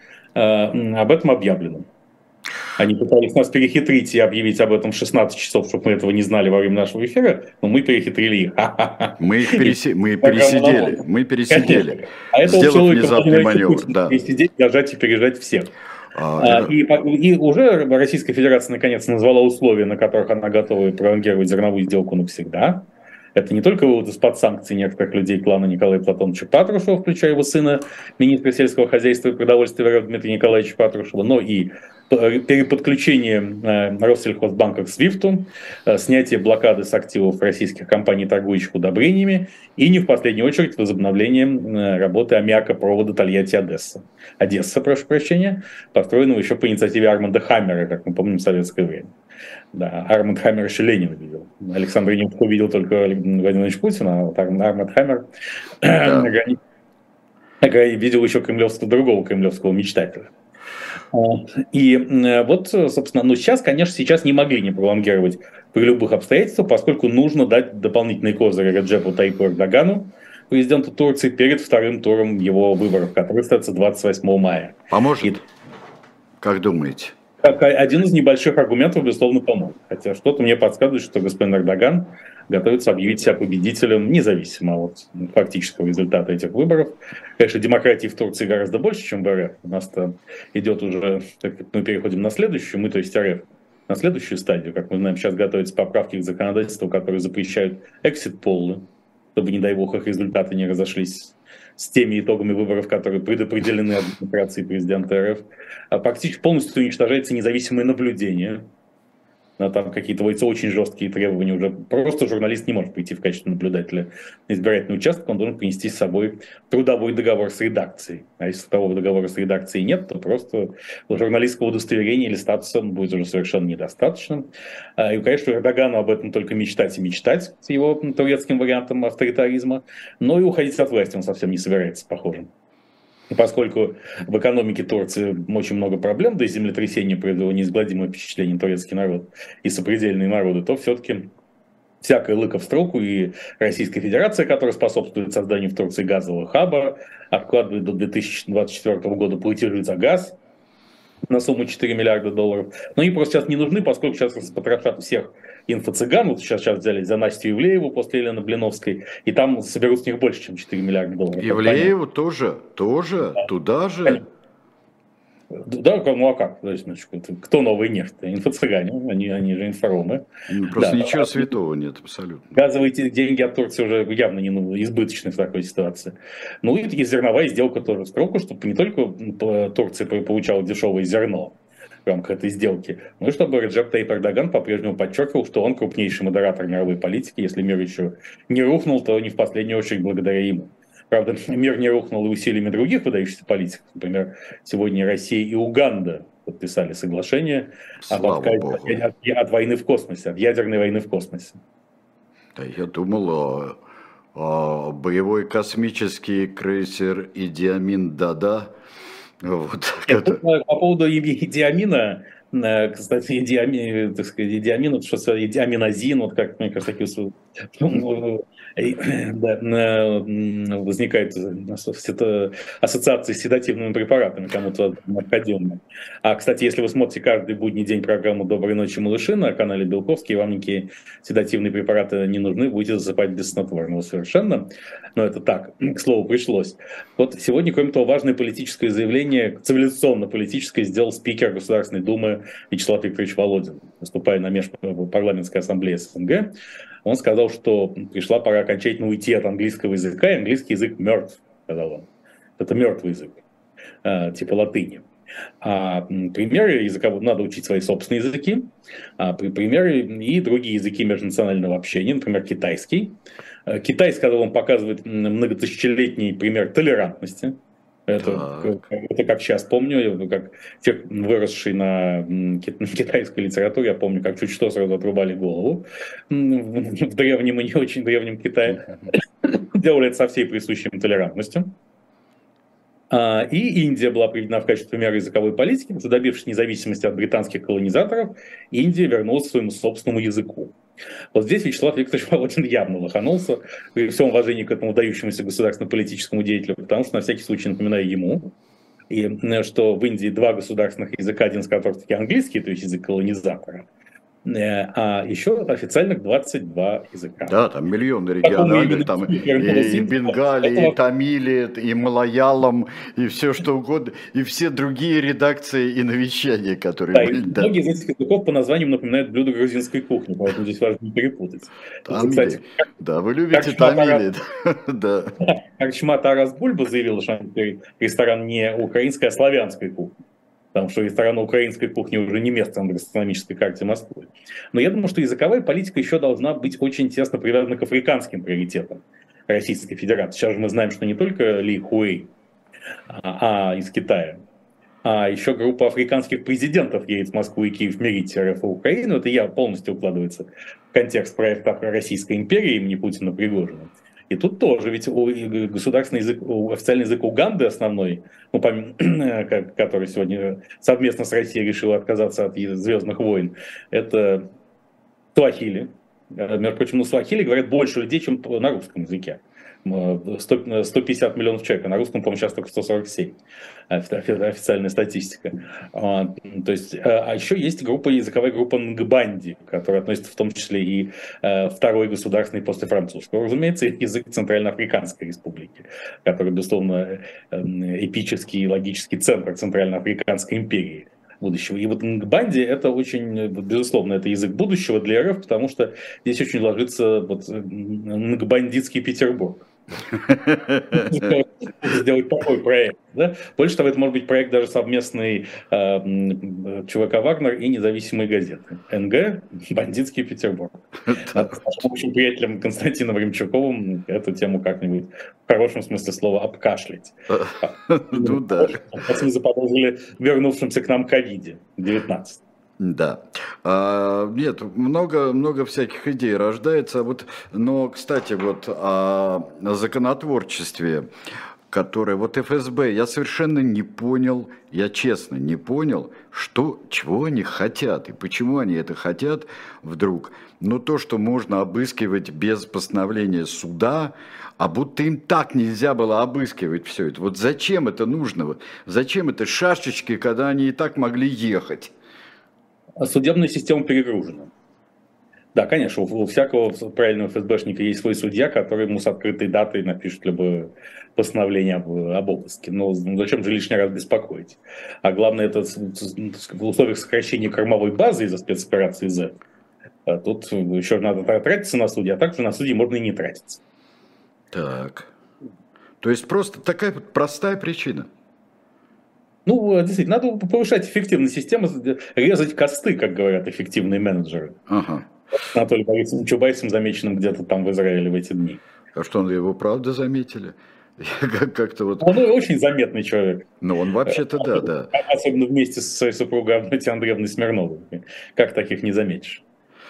э, об этом объявлено. Они пытались нас перехитрить и объявить об этом в шестнадцать часов, чтобы мы этого не знали во время нашего эфира, но мы перехитрили их. Мы их переси... мы пересидели, мы пересидели, а это сделав внезапный маневр. Да. Пересидеть, держать и пережать всех. А, и, и уже Российская Федерация наконец назвала условия, на которых она готова пролонгировать зерновую сделку навсегда. Это не только вывод из-под санкций некоторых людей клана Николая Платоновича Патрушева, включая его сына, министра сельского хозяйства и продовольствия Дмитрия Николаевича Патрушева, но и переподключение Россельхозбанка к свифту, снятие блокады с активов российских компаний, торгующих удобрениями, и не в последнюю очередь возобновление работы аммиакопровода Тольятти-Одесса. Одесса, прошу прощения, построенного еще по инициативе Арманда Хаммера, как мы помним, в советское время. Да, Арманд Хаммер еще Ленина видел. Александр Янковский увидел только Владимир Владимирович Путин, а Арманд Хаммер да. видел еще кремлевского, другого кремлевского мечтателя. И вот, собственно, ну сейчас, конечно, сейчас не могли не пролонгировать при любых обстоятельствах, поскольку нужно дать дополнительные козыри Реджепу Таипу Эрдогану, президенту Турции, перед вторым туром его выборов, который состоится двадцать восьмого мая. Поможет? И... Как думаете? Один из небольших аргументов, безусловно, поможет. Хотя что-то мне подсказывает, что господин Эрдоган готовится объявить себя победителем, независимо от фактического результата этих выборов. Конечно, демократии в Турции гораздо больше, чем в РФ. У нас-то идет уже, мы переходим на следующую, мы, то есть РФ, на следующую стадию. Как мы знаем, сейчас готовятся поправки к законодательству, которые запрещают эксит-поллы, чтобы, не дай бог, их результаты не разошлись с теми итогами выборов, которые предопределены администрацией президента РФ. А практически полностью уничтожается независимое наблюдение. Там какие-то вводятся очень жесткие требования. Уже просто журналист не может прийти в качестве наблюдателя на избирательный участок, он должен принести с собой трудовой договор с редакцией. А если трудового договора с редакцией нет, то просто журналистского удостоверения или статуса будет уже совершенно недостаточно. И, конечно, Эрдогану об этом только мечтать и мечтать с его турецким вариантом авторитаризма, но и уходить от власти он совсем не собирается, похоже. И поскольку в экономике Турции очень много проблем, да и землетрясение произвело неизгладимое впечатление на турецкий народ и сопредельные народы, то все-таки всякая лыка в строку, и Российская Федерация, которая способствует созданию в Турции газового хаба, откладывает до две тысячи двадцать четвёртого года платежи за газ, на сумму четыре миллиарда долларов. Но они просто сейчас не нужны, поскольку сейчас распотрошат всех инфо-цыган. Вот сейчас, сейчас взяли за Настю Ивлееву после Елены Блиновской, и там соберут с них больше, чем четыре миллиарда долларов. Ивлееву тоже, тоже, да. Туда же. Конечно. Да, ну а как? То есть, кто новый нефть? Инфо-цыгане, они, они же информы. Просто да. ничего святого нет абсолютно. Газовые деньги от Турции уже явно не ну, избыточны в такой ситуации. Ну и, и зерновая сделка тоже в строку, чтобы не только Турция получала дешевое зерно в рамках этой сделки, но и чтобы Реджеп Тайип Эрдоган по-прежнему подчеркивал, что он крупнейший модератор мировой политики. Если мир еще не рухнул, то не в последнюю очередь благодаря ему. Правда, мир не рухнул и усилиями других выдающихся политиков. Например, сегодня Россия и Уганда подписали соглашение об отказе от, от войны в космосе, от ядерной войны в космосе. Да, я думал, о, о боевой космический крейсер Иди Амин Дада. Вот, Нет, это... По поводу Иди Амина, кстати, Иди Амин, так сказать, Иди Амин, что Иди Аминазин, вот как, мне кажется, такие да, возникает ассоциации с седативными препаратами, кому-то необходимыми. А, кстати, если вы смотрите каждый будний день программу «Доброй ночи, малыши» на канале Белковский, вам никакие седативные препараты не нужны, будете засыпать без снотворного совершенно. Но это так, к слову, пришлось. Вот сегодня, кроме того, важное политическое заявление, цивилизационно-политическое, сделал спикер Государственной Думы Вячеслав Викторович Володин, выступая на Межпарламентской ассамблее СНГ. Он сказал, что пришла пора окончательно уйти от английского языка, и английский язык мертв, сказал он. Это мертвый язык, типа латыни. А примеры языка, надо учить свои собственные языки, а примеры и другие языки межнационального общения, например, китайский. Китай, сказал он, показывает многотысячелетний пример толерантности. Это, это как сейчас помню, как те, выросшие на китайской литературе, я помню, как чуть что сразу отрубали голову в древнем и не очень древнем Китае. Делали это со всей присущей им толерантностью. И Индия была приведена в качестве примера языковой политики, потому что, добившись независимости от британских колонизаторов, Индия вернулась к своему собственному языку. Вот здесь Вячеслав Викторович Володин явно лоханулся, при всем уважении к этому выдающемуся государственно-политическому деятелю, потому что, на всякий случай, напоминаю ему, и, что в Индии два государственных языка, один из которых таки английский, то есть язык колонизатора, а еще официальных двадцать два языка. Да, там миллионы региональных, там и, и бенгали, и тамили, и малаялам, и все что угодно, и все другие редакции и навещания, которые да, были. И да. Многие из этих языков по названиям напоминают блюда грузинской кухни, поэтому здесь важно не перепутать. Тамили. Кстати, да, вы любите тамили. Да. Как Шмат Арас Бульба заявил, что ресторан не украинской, а славянской кухни. Потому что ресторан украинской кухни уже не место на гастрономической карте Москвы. Но я думаю, что языковая политика еще должна быть очень тесно привязана к африканским приоритетам Российской Федерации. Сейчас же мы знаем, что не только Ли Хуэй, а, а из Китая, а еще группа африканских президентов едет в Москву и Киев мирить РФ и Украину. Это я полностью укладывается в контекст проекта Российской империи имени Путина Пригожина. И тут тоже, ведь государственный язык, официальный язык Уганды основной, ну, который сегодня совместно с Россией решил отказаться от «Звездных войн», это суахили. Между прочим, на суахили говорят больше людей, чем на русском языке. сто пятьдесят миллионов человек, а на русском, по-моему, сейчас только сто сорок семь. Официальная статистика. То есть, а еще есть группа, языковая группа Нгбанди, которая относится в том числе и второй государственный после французского, разумеется, и язык Центральноафриканской республики, который, безусловно, эпический и логический центр Центральноафриканской империи будущего. И вот Нгбанди — это очень, безусловно, это язык будущего для РФ, потому что здесь очень ложится вот нгбандитский Петербург. Сделать такой проект. Да? Больше того, это может быть проект даже совместный э, ЧВК «Вагнер» и независимые газеты. эн гэ, бандитский Петербург. С нашим общим приятелем Константином Римчуковым эту тему как-нибудь в хорошем смысле слова обкашлять. Ну да. Мы заподозрили вернувшимся к нам ковид девятнадцать. Да. А, нет, много, много всяких идей рождается. Вот, но, кстати, вот о законотворчестве. которая, вот эф эс бэ, я совершенно не понял, я честно не понял, что, чего они хотят и почему они это хотят вдруг. Но то, что можно обыскивать без постановления суда, а будто им так нельзя было обыскивать все это. Вот зачем это нужно? Зачем это шашечки, когда они и так могли ехать? Судебная система перегружена. Да, конечно, у, у всякого правильного эф эс бэшника есть свой судья, который ему с открытой датой напишет любое постановление об, об обыске. Но зачем же лишний раз беспокоить? А главное, это в условиях сокращения кормовой базы из-за спецоперации Z. Тут еще надо тратиться на судьи, а также на судьи можно и не тратиться. Так. То есть просто такая вот простая причина. Ну, действительно, надо повышать эффективность системы, резать косты, как говорят эффективные менеджеры. Ага. Анатолий Борисович Чубайсом замеченным где-то там в Израиле в эти дни. А что, он его правда заметили? Как-то вот... Он очень заметный человек. Ну, он вообще-то, да, да. Особенно вместе со своей супругой Авнотьей Андреевной Смирновой. Как таких не заметишь?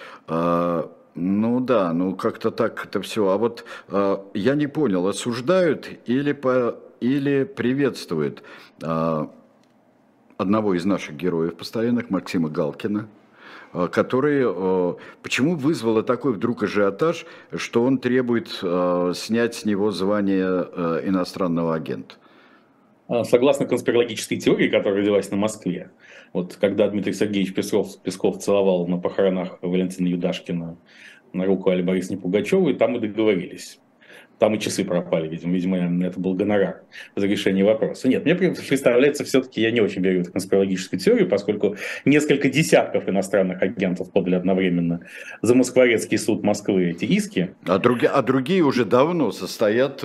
А, ну да, ну как-то так это все. А вот а, я не понял, осуждают или, по, или приветствуют а, одного из наших героев постоянных, Максима Галкина, который, почему вызвало такой вдруг ажиотаж, что он требует снять с него звание иностранного агента? Согласно конспирологической теории, которая родилась на Москве, вот когда Дмитрий Сергеевич Песков, Песков целовал на похоронах Валентина Юдашкина на руку Алле Борисовне Пугачевой, там и договорились. Там и часы пропали, видимо, видимо, это был гонорар за решение вопроса. Нет, мне представляется, все-таки я не очень верю в эту конспирологическую теорию, поскольку несколько десятков иностранных агентов подали одновременно за Москворецкий суд Москвы эти иски. А, други, а другие уже давно состоят,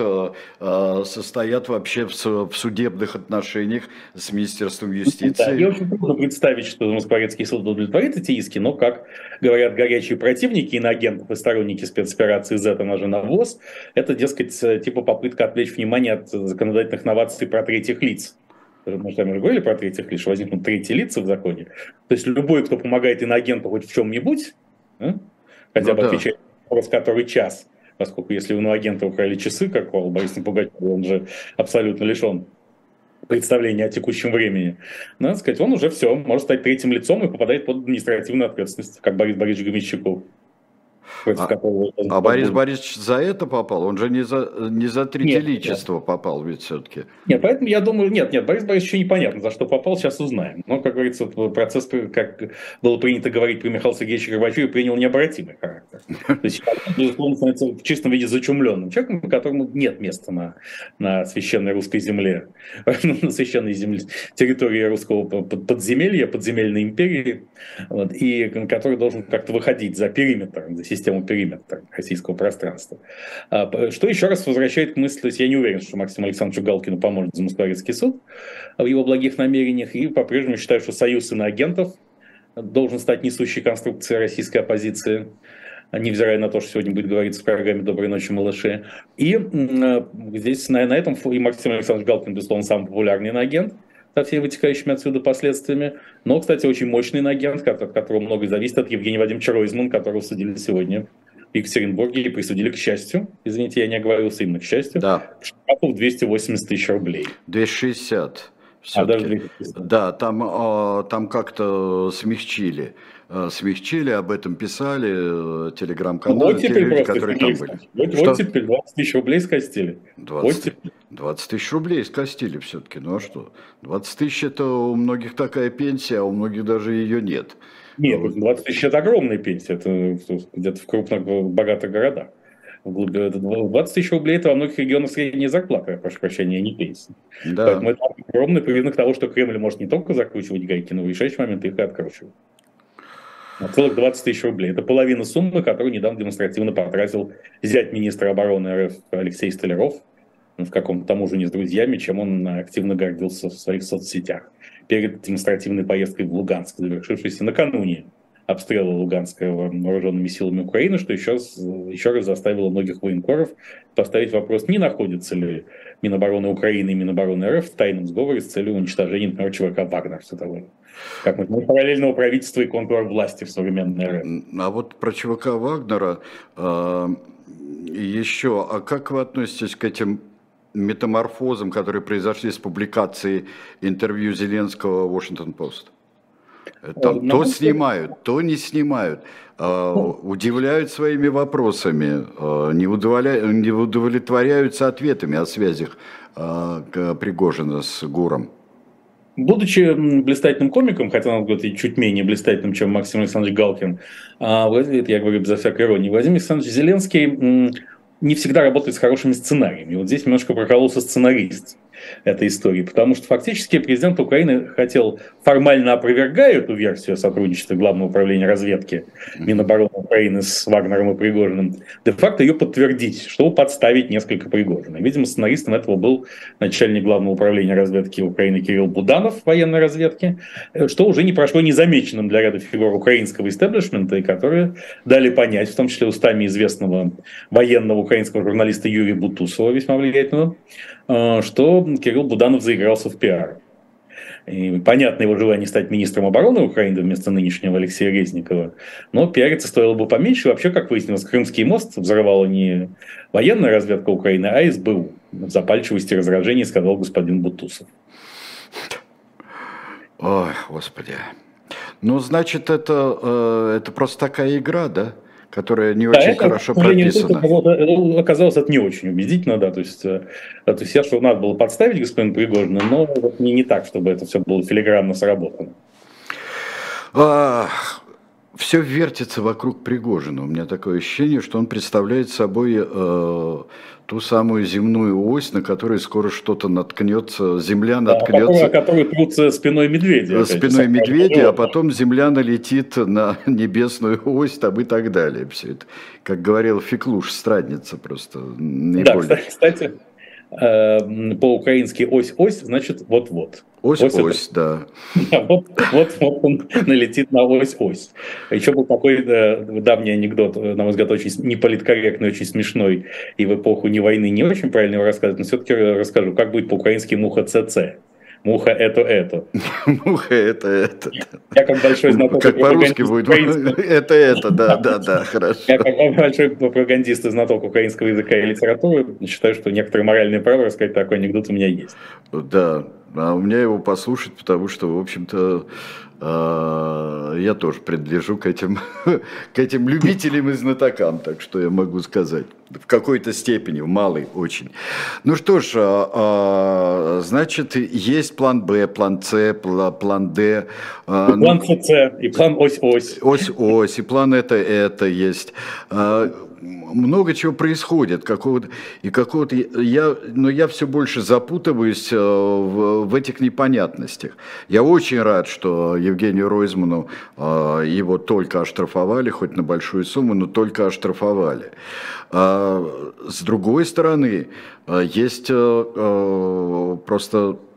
состоят вообще в судебных отношениях с Министерством юстиции. Да, мне очень трудно представить, что Москворецкий суд удовлетворит эти иски, но, как говорят горячие противники иноагентов и сторонники спецоперации Z, она же навоз, это дескать, типа попытка отвлечь внимание от законодательных новаций про третьих лиц. Мы же там говорили про третьих лиц, что возникнут третьи лица в законе. То есть любой, кто помогает иноагенту хоть в чем-нибудь, а, хотя ну, бы да. отвечает на вопрос, который час, поскольку если у иноагента украли часы, как у Бориса Пугачева, он же абсолютно лишен представления о текущем времени, надо сказать, он уже все, может стать третьим лицом и попадает под административную ответственность, как Борис Борисович Громещуков. А, а Борис Борисович за это попал? Он же не за, не за третьеличество нет, попал ведь все-таки. Нет, поэтому я думаю, нет, нет, Борис Борисович еще непонятно, за что попал, сейчас узнаем. Но, как говорится, процесс, как было принято говорить при Михаиле Сергеевиче Горбачеве, принял необратимый характер. То есть, безусловно, становится в чистом виде зачумленным человеком, которому нет места на, на священной русской земле, на священной земле, территории русского подземелья, подземельной империи, вот, и который должен как-то выходить за периметр, за систему периметра российского пространства. Что еще раз возвращает к мысли, то есть я не уверен, что Максиму Александровичу Галкину поможет за Москворецкий суд в его благих намерениях, и по-прежнему считаю, что союз иноагентов должен стать несущей конструкцией российской оппозиции, невзирая на то, что сегодня будет говориться в программе «Доброй ночи, малыши». И здесь на, на этом и Максим Александрович Галкин, безусловно, самый популярный иноагент, со всеми вытекающими отсюда последствиями. Но, кстати, очень мощный иноагент, от которого многое зависит, от Евгения Вадимовича Ройзмана, которого судили сегодня в Екатеринбурге и присудили, к счастью, извините, я не оговорился, именно к счастью, да. штрафу в двести восемьдесят тысяч рублей. двести шестьдесят. А, даже двести шестьдесят. Да, там, там как-то смягчили. Смягчили, об этом писали телеграм-каналы, вот те люди, которые там были. Вот, вот теперь двадцать тысяч рублей скостили. двадцать, вот двадцать тысяч рублей скостили все-таки. Ну а что? двадцать тысяч это у многих такая пенсия, а у многих даже ее нет. Нет, двадцать тысяч это огромная пенсия. Это где-то в крупных богатых городах. двадцать тысяч рублей это во многих регионах средняя зарплата, я прошу прощения, а не пенсия. Да. Поэтому это огромный признак того, что Кремль может не только закручивать гайки, но в решающий момент их и откручивать. На целых двадцать тысяч рублей. Это половина суммы, которую недавно демонстративно потратил зять министра обороны РФ Алексей Столяров в каком-то тому же не с друзьями, чем он активно гордился в своих соцсетях перед демонстративной поездкой в Луганск, завершившейся накануне обстрела Луганска вооруженными силами Украины, что еще, еще раз заставило многих военкоров поставить вопрос, не находится ли Минобороны Украины и Минобороны РФ в тайном сговоре с целью уничтожения, например, ЧВК «Вагнер», все того, как мы параллельного правительства и контрвласти в современной РФ. А вот про ЧВК «Вагнера» э, еще, а как вы относитесь к этим метаморфозам, которые произошли с публикацией интервью Зеленского в Washington Post? Там то снимают, то не снимают, удивляют своими вопросами, не удовлетворяются ответами о связях Пригожина с ГУРом. Будучи блистательным комиком, хотя он говорит чуть менее блистательным, чем Максим Александрович Галкин, это я говорю безо всякой иронии, Владимир Александрович Зеленский не всегда работает с хорошими сценариями. Вот здесь немножко прокололся сценарист этой истории, потому что фактически президент Украины хотел, формально опровергая эту версию о сотрудничестве Главного управления разведки Минобороны Украины с Вагнером и Пригожиным, де-факто ее подтвердить, чтобы подставить несколько Пригожина. Видимо, сценаристом этого был начальник Главного управления разведки Украины Кирилл Буданов, военной разведки, что уже не прошло незамеченным для ряда фигур украинского истеблишмента, и которые дали понять, в том числе устами известного военного украинского журналиста Юрия Бутусова, весьма влиятельного, что Кирилл Буданов заигрался в пиар. И понятно его желание стать министром обороны Украины вместо нынешнего Алексея Резникова, но пиариться стоило бы поменьше. Вообще, как выяснилось, Крымский мост взорвала не военная разведка Украины, а СБУ. В запальчивости и раздражении сказал господин Бутусов. Ой, Господи. Ну, значит, это, это просто такая игра, да? Которая не очень да, хорошо это, прописана. Это, оказалось, это не очень убедительно, да, то есть, то есть я, что надо было подставить господина Пригожина, но вот не, не так, чтобы это все было филигранно сработано. А, все вертится вокруг Пригожина. У меня такое ощущение, что он представляет собой э, ту самую земную ось, на которой скоро что-то наткнется, земля наткнется. Да, который трутся спиной медведя. Спиной медведя, а потом земля налетит на небесную ось там, и так далее. Все это, как говорил Феклуш, страдница просто. Наиболее. Да, кстати, по-украински ось-ось, значит вот-вот. Ось-ось, да. Вот-вот он налетит на ось-ось. Еще был такой давний анекдот, на мой взгляд, очень неполиткорректный, очень смешной, и в эпоху ни войны не очень правильно его рассказывать, но все-таки расскажу, как будет по-украински муха ЦЦ. Муха это-это. Муха это-это. Я как большой знаток... Как по-русски будет. Это-это, да-да-да, хорошо. Я как большой пропагандист и знаток украинского языка и литературы считаю, что некоторое моральное право рассказать такой анекдот у меня есть. Да, а у меня его послушать, потому что, в общем-то, я тоже принадлежу к этим, к этим любителям и знатокам, так что я могу сказать. В какой-то степени, в малой очень. Ну что ж, значит, есть план Б, план С, план Д. И план ЦЦ, и план ось-ось. Ось-ось, и план это-это есть. Много чего происходит, какого-то, и какого-то, я, но я все больше запутываюсь в, в этих непонятностях. Я очень рад, что Евгению Ройзману его только оштрафовали, хоть на большую сумму, но только оштрафовали. С другой стороны, есть просто...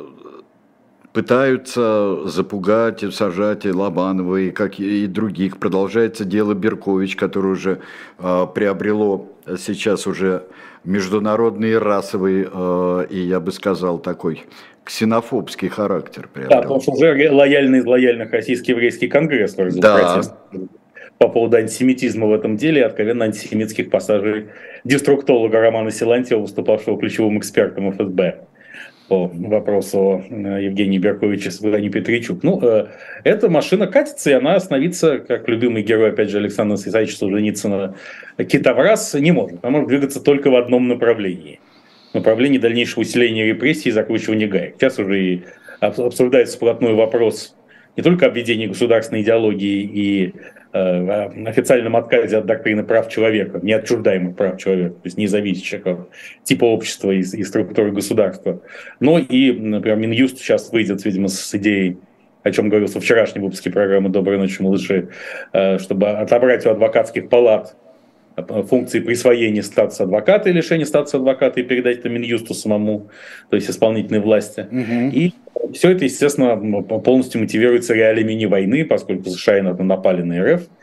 пытаются запугать и сажать и Лобанова, и, как и других. Продолжается дело Беркович, которое уже э, приобрело сейчас уже международный расовый, э, и я бы сказал, такой ксенофобский характер. Приобрел. Да, потому что уже лояльный из лояльных российский-еврейский конгресс выразил да. протест по поводу антисемитизма в этом деле и откровенно антисемитских пассажей деструктолога Романа Силантьева, выступавшего ключевым экспертом эф эс бэ. По вопросу Евгения Берковича с Владимиром Петричук. Ну, э, эта машина катится, и она остановиться, как любимый герой, опять же, Александра Исаевича Солженицына, китовраз не может. Она может двигаться только в одном направлении. Направлении дальнейшего усиления репрессий и закручивания гаек. Сейчас уже и обсуждается вплотную вопрос не только обведения государственной идеологии и э, официальном отказе от доктрины прав человека, неотчуждаемых прав человека, то есть независящих от типа общества и, и структуры государства, но и, например, Минюст сейчас выйдет, видимо, с идеей, о чем говорилось во вчерашнем выпуске программы «Доброй ночи, малыши», э, чтобы отобрать у адвокатских палат функции присвоения статуса адвоката и лишения статуса адвоката и передать это Минюсту самому, то есть исполнительной власти. Угу. И все это, естественно, полностью мотивируется реалиями не войны, поскольку США и НАТО напали на эр эф.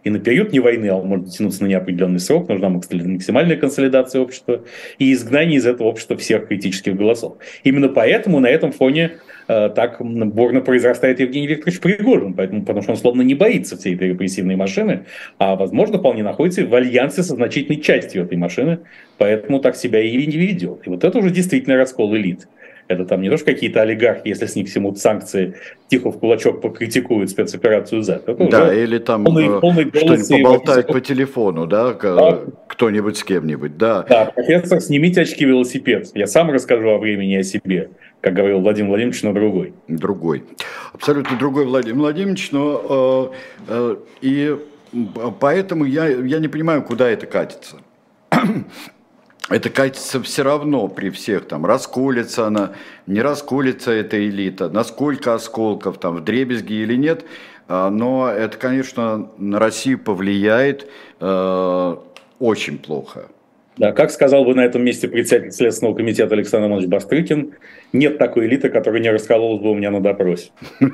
и на период не войны, а он может тянуться на неопределенный срок, нужна максимальная консолидация общества и изгнание из этого общества всех критических голосов. Именно поэтому на этом фоне э, так бурно произрастает Евгений Викторович Пригожин, поэтому, потому что он словно не боится всей этой репрессивной машины, а, возможно, вполне находится в альянсе со значительной частью этой машины, поэтому так себя и не ведет. И вот это уже действительно раскол элит. Это там не то, что какие-то олигархи, если с них снимут санкции, тихо в кулачок покритикуют спецоперацию зет. Это да, или там полный, полный что-нибудь поболтает по телефону, да, да, кто-нибудь с кем-нибудь, да. Да, профессор, снимите очки, велосипед. Я сам расскажу о времени и о себе, как говорил Владимир Владимирович, но другой. Другой. Абсолютно другой Владимир Владимирович, но э, э, и поэтому я, я не понимаю, куда это катится. Это катится все равно при всех, там, расколется она, не расколется эта элита, насколько осколков, там, вдребезги или нет, но это, конечно, на Россию повлияет э, очень плохо. Да, как сказал бы на этом месте председатель Следственного комитета Александр Иванович Бастрыкин, нет такой элиты, которая не раскололась бы у меня на допросе.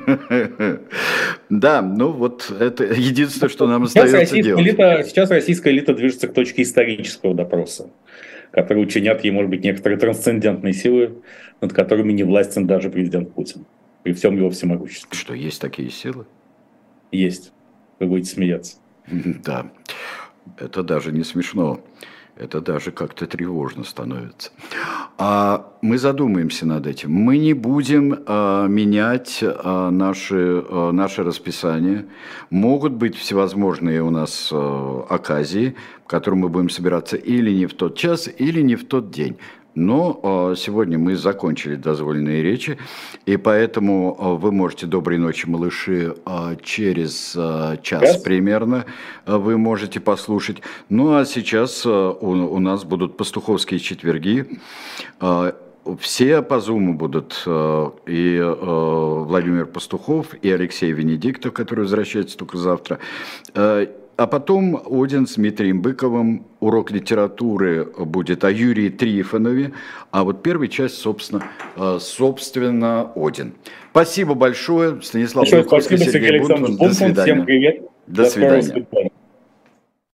Да, ну вот это единственное, что нам остается делать. Сейчас российская элита движется к точке исторического допроса, которые учинят ей, может быть, некоторые трансцендентные силы, над которыми не властен даже президент Путин, при всем его всемогуществе. Что, есть такие силы? Есть. Вы будете смеяться. Да, это даже не смешно. Это даже как-то тревожно становится. А мы задумаемся над этим. Мы не будем а, менять а, наши, а, наше расписание. Могут быть всевозможные у нас а, оказии, в которых мы будем собираться или не в тот час, или не в тот день. Но а, сегодня мы закончили дозволенные речи, и поэтому а, вы можете «Доброй ночи, малыши» а, через а, час yes. примерно а, вы можете послушать. Ну а сейчас а, у, у нас будут пастуховские четверги. А, все по Зуму будут а, и а, Владимир Пастухов, и Алексей Венедиктов, который возвращается только завтра. А, А потом Один с Дмитрием Быковым, урок литературы будет о Юрии Трифонове, а вот первая часть, собственно, собственно Один. Спасибо большое, Станислав Большое спасибо, Сергей Александрович Бунтман. Всем привет. До, До свидания.